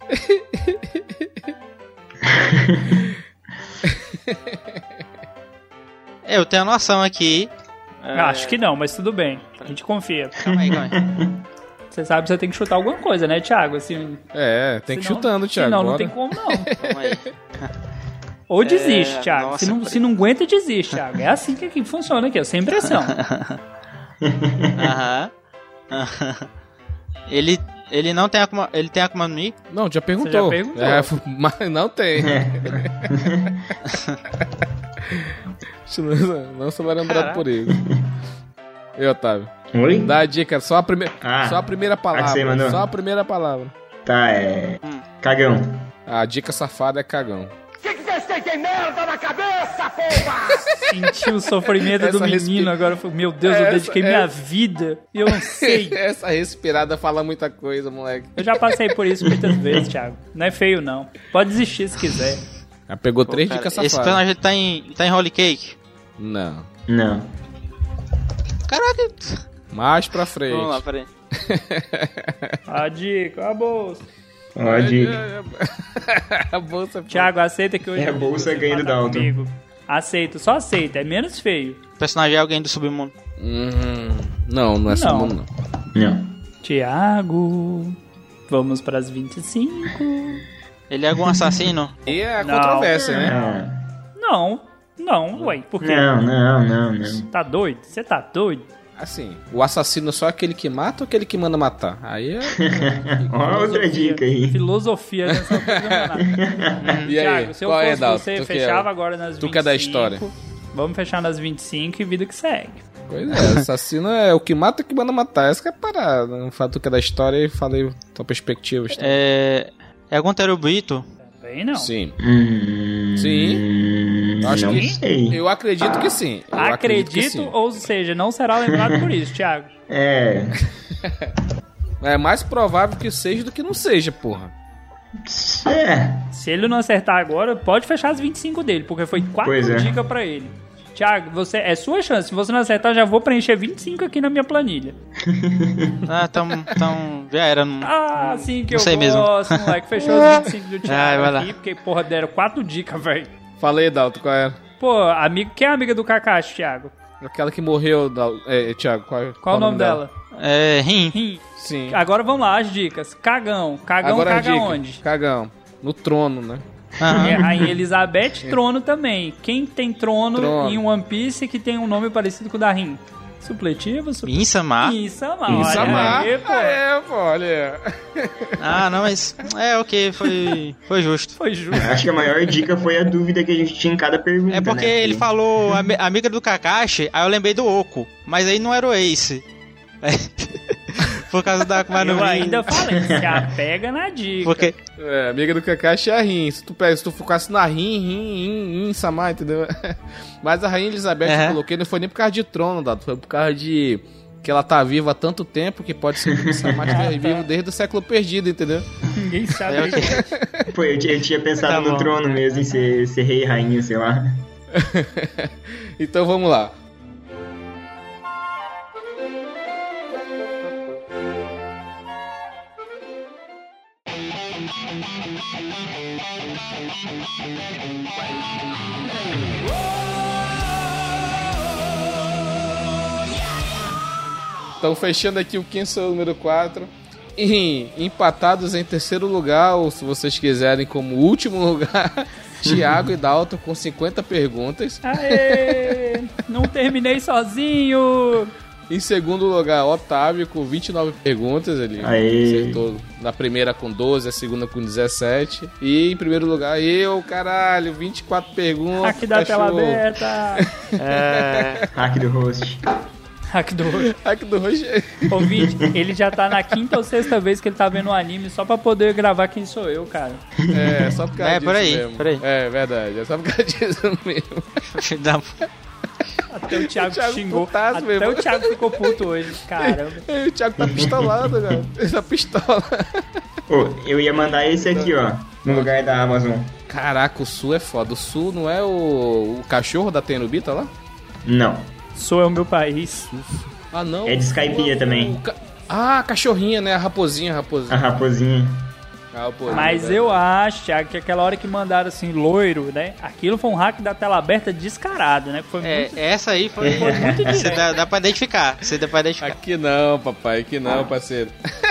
Speaker 3: Eu tenho a noção aqui.
Speaker 2: Acho que não, mas tudo bem. A gente confia.
Speaker 3: Calma aí.
Speaker 2: Você sabe que você tem que chutar alguma coisa, né, Thiago? Assim,
Speaker 1: tem que ir chutando, Thiago.
Speaker 2: Senão
Speaker 1: bora.
Speaker 2: Não tem como, não.
Speaker 3: Calma aí.
Speaker 2: Ou desiste, Thiago.
Speaker 3: Nossa,
Speaker 2: se não aguenta, desiste, Thiago. É assim que funciona aqui, ó, sem pressão.
Speaker 3: Aham. Ele não tem Akuma... Ele tem Akuma no Mi?
Speaker 1: Não, já perguntou.
Speaker 2: Você já perguntou.
Speaker 1: Mas não tem. Não sou lembrado por isso. E Otávio?
Speaker 4: Oi?
Speaker 1: Dá a dica, só a primeira palavra.
Speaker 4: você mandou?
Speaker 1: Só a primeira palavra.
Speaker 4: Tá, Cagão.
Speaker 1: A dica safada é cagão.
Speaker 5: Se quiser ser tem merda na cabeça, porra!
Speaker 2: Senti o sofrimento do menino agora. Meu Deus, eu dediquei minha vida e eu não sei.
Speaker 1: Essa respirada fala muita coisa, moleque.
Speaker 2: Eu já passei por isso muitas vezes, Thiago. Não é feio, não. Pode desistir se quiser.
Speaker 1: Já pegou 3 dicas safadas.
Speaker 3: Esse personagem tá em Holy Cake?
Speaker 1: Não.
Speaker 3: Caraca.
Speaker 1: Mais pra frente.
Speaker 3: Vamos lá, peraí.
Speaker 2: A dica, a bolsa.
Speaker 4: Ó, a dica.
Speaker 1: A bolsa.
Speaker 2: Thiago, aceita que hoje...
Speaker 4: É a bolsa ganha do Dalton.
Speaker 2: Comigo. Aceito, só aceita. É menos feio.
Speaker 3: O personagem é alguém do submundo.
Speaker 1: Não é submundo,
Speaker 4: Não.
Speaker 2: Thiago, vamos pras 25.
Speaker 3: Ele é algum assassino?
Speaker 1: E é a controvérsia, né?
Speaker 2: Não, ué, por quê?
Speaker 4: Não.
Speaker 2: Tá doido? Você tá doido?
Speaker 1: Assim, o assassino é só aquele que mata ou aquele que manda matar? Aí é...
Speaker 4: Ó, outra dica aí.
Speaker 2: Filosofia dessa coisa.
Speaker 1: E aí,
Speaker 2: Thiago, se eu
Speaker 1: qual
Speaker 2: fosse
Speaker 1: é, Dalton?
Speaker 2: você,
Speaker 1: Tu que
Speaker 2: fechava
Speaker 1: é-
Speaker 2: agora nas 25.
Speaker 1: Tu que é da história.
Speaker 2: Vamos fechar nas 25 e vida que segue.
Speaker 1: Pois é, assassino é o que mata e o que manda matar. Essa que é a parada. Não fala tu que é da história e falei tua perspectiva.
Speaker 3: É algum Terubito?
Speaker 2: Também não.
Speaker 1: Sim.
Speaker 4: Sim.
Speaker 1: Acho
Speaker 4: não
Speaker 1: que
Speaker 4: sei.
Speaker 1: eu acredito que sim. Eu acredito que
Speaker 2: Acredito,
Speaker 1: sim.
Speaker 2: ou seja, não será lembrado por isso, Thiago.
Speaker 4: É.
Speaker 1: É mais provável que seja do que não seja, porra.
Speaker 2: Se ele não acertar agora, pode fechar as 25 dele, porque foi 4
Speaker 4: Pois é.
Speaker 2: dicas pra ele. Thiago, é sua chance. Se você não acertar, já vou preencher 25 aqui na minha planilha.
Speaker 3: Ah, então já era.
Speaker 2: Ah, sim que
Speaker 3: não
Speaker 2: eu
Speaker 3: sei
Speaker 2: gosto,
Speaker 3: mesmo.
Speaker 2: moleque. Fechou os 25 do Thiago
Speaker 3: vai lá.
Speaker 2: aqui, porque, porra, deram 4 dicas, velho.
Speaker 1: Falei, Dalton, qual é?
Speaker 2: Pô, quem é a amiga do Kakashi, Thiago?
Speaker 1: Aquela que morreu, Thiago,
Speaker 2: Qual o nome dela?
Speaker 3: É Rim.
Speaker 2: Rim.
Speaker 1: Sim.
Speaker 2: Agora vamos lá, as dicas. Cagão. Cagão
Speaker 1: Agora a
Speaker 2: caga
Speaker 1: dica.
Speaker 2: onde?
Speaker 1: Cagão. No trono, né?
Speaker 2: É Rainha Elizabeth, trono também. Quem tem trono em One Piece que tem um nome parecido com o da Rim? Supletivo?
Speaker 3: Insamar?
Speaker 2: Insamar.
Speaker 1: Pô, olha.
Speaker 3: Ah, não, mas... ok, foi justo.
Speaker 2: Foi justo.
Speaker 4: Acho que a maior dica foi a dúvida que a gente tinha em cada pergunta.
Speaker 3: É porque
Speaker 4: né?
Speaker 3: ele falou amiga do Kakashi, aí eu lembrei do Oco. Mas aí não era o Ace. Por causa da Akuma no
Speaker 2: Eu
Speaker 3: Mi.
Speaker 2: ainda falei, se apega na dica.
Speaker 3: Porque...
Speaker 1: Amiga do Kakashi é a Rin. Se tu focasse na Rin, Samar, entendeu? Mas a Rainha Elizabeth que eu coloquei não foi nem por causa de trono, Dado. Foi por causa de que ela tá viva há tanto tempo que pode ser que o Samar esteja vivo desde o século perdido, entendeu?
Speaker 2: Ninguém sabe.
Speaker 4: Pô, eu tinha pensado
Speaker 3: Tá
Speaker 4: no
Speaker 3: bom.
Speaker 4: trono mesmo, em ser rei e rainha, sei lá.
Speaker 1: Então vamos lá. Então, fechando aqui o Kensou número 4. E empatados em terceiro lugar, ou se vocês quiserem, como último lugar, Thiago e Dalton com 50 perguntas.
Speaker 2: Aê! Não terminei sozinho!
Speaker 1: Em segundo lugar, Otávio com 29 perguntas. Ele acertou na primeira com 12, a segunda com 17. E em primeiro lugar, eu, caralho, 24 perguntas.
Speaker 2: Hack da tela aberta!
Speaker 4: Hack do host.
Speaker 2: Hack do host.
Speaker 1: Hack do host.
Speaker 2: Ouvinte, ele já tá na 5ª ou 6ª vez que ele tá vendo o anime só pra poder gravar Quem Sou Eu, cara.
Speaker 1: É, só por causa disso
Speaker 3: por aí,
Speaker 1: mesmo.
Speaker 3: por aí.
Speaker 1: É verdade, é só por causa disso mesmo.
Speaker 2: Até o Thiago
Speaker 1: Thiago
Speaker 2: xingou.
Speaker 1: putaço
Speaker 2: Até
Speaker 1: mesmo.
Speaker 2: o Thiago ficou puto hoje. Caramba.
Speaker 1: O Thiago tá pistolado, cara. Essa pistola.
Speaker 4: Pô, eu ia mandar esse aqui, ó, no lugar da Amazon.
Speaker 1: Caraca, o Sul é foda. O Sul não é o cachorro da Tenubita lá?
Speaker 4: Não.
Speaker 2: Sou é o meu país.
Speaker 1: Ah, não.
Speaker 4: É de Skypiea também.
Speaker 1: Ah, cachorrinha, né? A raposinha.
Speaker 4: A raposinha.
Speaker 2: Mas eu acho, Thiago, que aquela hora que mandaram assim, loiro, né? Aquilo foi um hack da tela aberta descarado, né? Foi muito...
Speaker 3: Essa aí foi
Speaker 2: muito
Speaker 3: Você
Speaker 2: direto.
Speaker 3: dá pra identificar. Você dá pra identificar.
Speaker 1: Aqui não, papai. Aqui não, parceiro.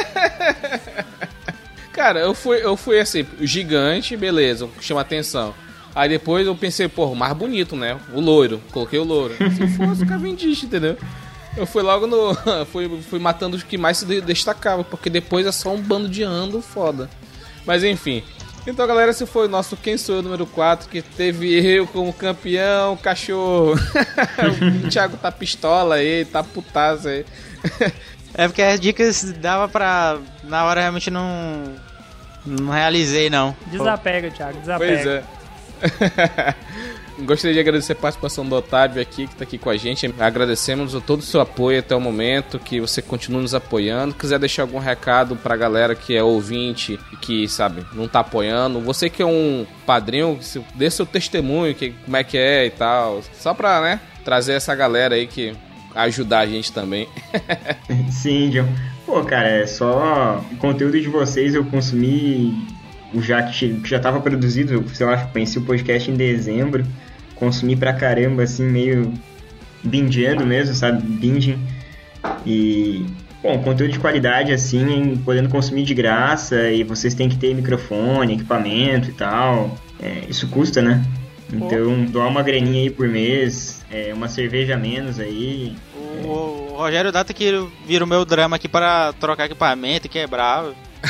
Speaker 1: Cara, eu fui assim, gigante, beleza, chama atenção. Aí depois eu pensei, pô, o mais bonito, né? O loiro. Coloquei o loiro. Se fosse o Cavendish, entendeu? Eu fui logo no... fui matando os que mais se destacavam, porque depois é só um bando de ando foda. Mas enfim. Então, galera, esse foi o nosso Quem Sou Eu número 4, que teve eu como campeão, cachorro. O Thiago tá pistola aí, tá putaço aí.
Speaker 3: É porque as dicas dava pra... Na hora realmente não realizei, não.
Speaker 2: Desapega, Thiago, desapega.
Speaker 1: Pois é. Gostaria de agradecer a participação do Otávio aqui, que está aqui com a gente. Agradecemos todo o seu apoio até o momento, que você continue nos apoiando. Quiser deixar algum recado pra galera que é ouvinte e que, sabe, não tá apoiando. Você que é um padrinho, dê seu testemunho, como é que é e tal. Só pra, né, trazer essa galera aí que ajudar a gente também.
Speaker 4: Sim, John. Pô, cara, é só o conteúdo de vocês eu consumi que já tava produzido, sei lá, conheci o podcast em dezembro. Consumi pra caramba, assim, meio bingeando mesmo, sabe? Binging. E, bom, conteúdo de qualidade, assim, podendo consumir de graça, e vocês têm que ter microfone, equipamento e tal. Isso custa, né? Então, doar uma graninha aí por mês, uma cerveja a menos aí.
Speaker 3: O Rogério Data que vira o meu drama aqui para trocar equipamento e quebrar.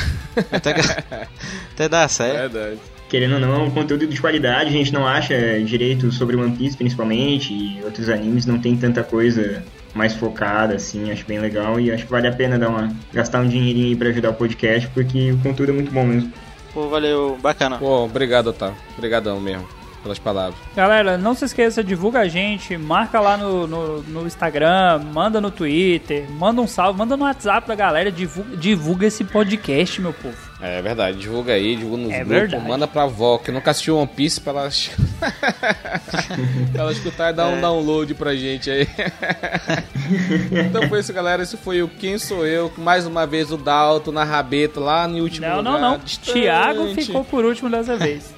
Speaker 3: Até dá certo.
Speaker 1: Verdade.
Speaker 4: Querendo ou não, é um conteúdo de qualidade, a gente não acha direito sobre One Piece, principalmente, e outros animes não tem tanta coisa mais focada, assim, acho bem legal, e acho que vale a pena gastar um dinheirinho aí pra ajudar o podcast, porque o conteúdo é muito bom mesmo.
Speaker 3: Pô, valeu, bacana.
Speaker 1: Pô, obrigado, Otávio. Obrigadão mesmo pelas palavras.
Speaker 2: Galera, não se esqueça, divulga a gente, marca lá no Instagram, manda no Twitter, manda um salve, manda no WhatsApp da galera, divulga esse podcast, meu povo.
Speaker 1: É verdade, divulga aí, divulga nos grupos,
Speaker 2: verdade.
Speaker 1: Manda pra avó, que nunca assistiu One Piece, pra ela, pra ela escutar e dar um download pra gente aí. Então foi isso, galera, esse foi o Quem Sou Eu, mais uma vez o Dalton na rabeta, lá no último lugar.
Speaker 2: Não,
Speaker 1: distante.
Speaker 2: Thiago ficou por último dessa vez.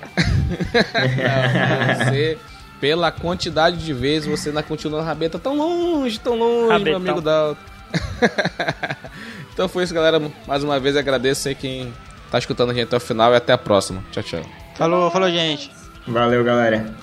Speaker 1: Não, você, pela quantidade de vezes, você ainda continua na rabeta tão longe,
Speaker 2: Rabetão.
Speaker 1: meu amigo Dalton. Então foi isso, galera, mais uma vez agradeço aí quem tá escutando a gente até o final e até a próxima. Tchau, tchau.
Speaker 3: Falou, gente.
Speaker 4: Valeu, galera.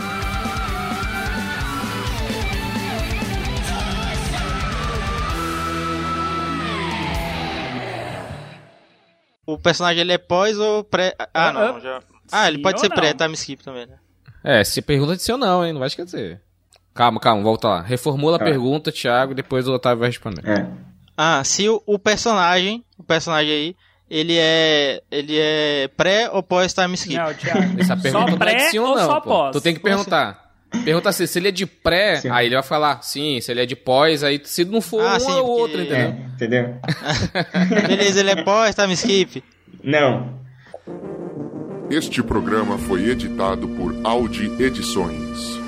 Speaker 3: O personagem ele é pós ou pré? Ah, não, já. Ah, ele pode ser pré, time skip também, né?
Speaker 1: Se pergunta de sim ou não, hein? Não vai esquecer. Calma, volta lá. Reformula a pergunta, Thiago, e depois o Otávio vai responder.
Speaker 3: Se o personagem aí, ele é pré ou pós time skip?
Speaker 2: Não, Thiago.
Speaker 1: Essa pergunta não é de sim ou não,
Speaker 2: só
Speaker 1: pô.
Speaker 2: pós?
Speaker 1: Tu tem que perguntar. Pergunta assim, se ele é de pré,
Speaker 4: sim.
Speaker 1: Aí ele vai falar sim, se ele é de pós, aí se não for
Speaker 3: sim,
Speaker 1: ou outro, entendeu?
Speaker 4: Entendeu?
Speaker 3: Beleza, ele é pós time skip?
Speaker 4: Não.
Speaker 6: Este programa foi editado por Audi Edições.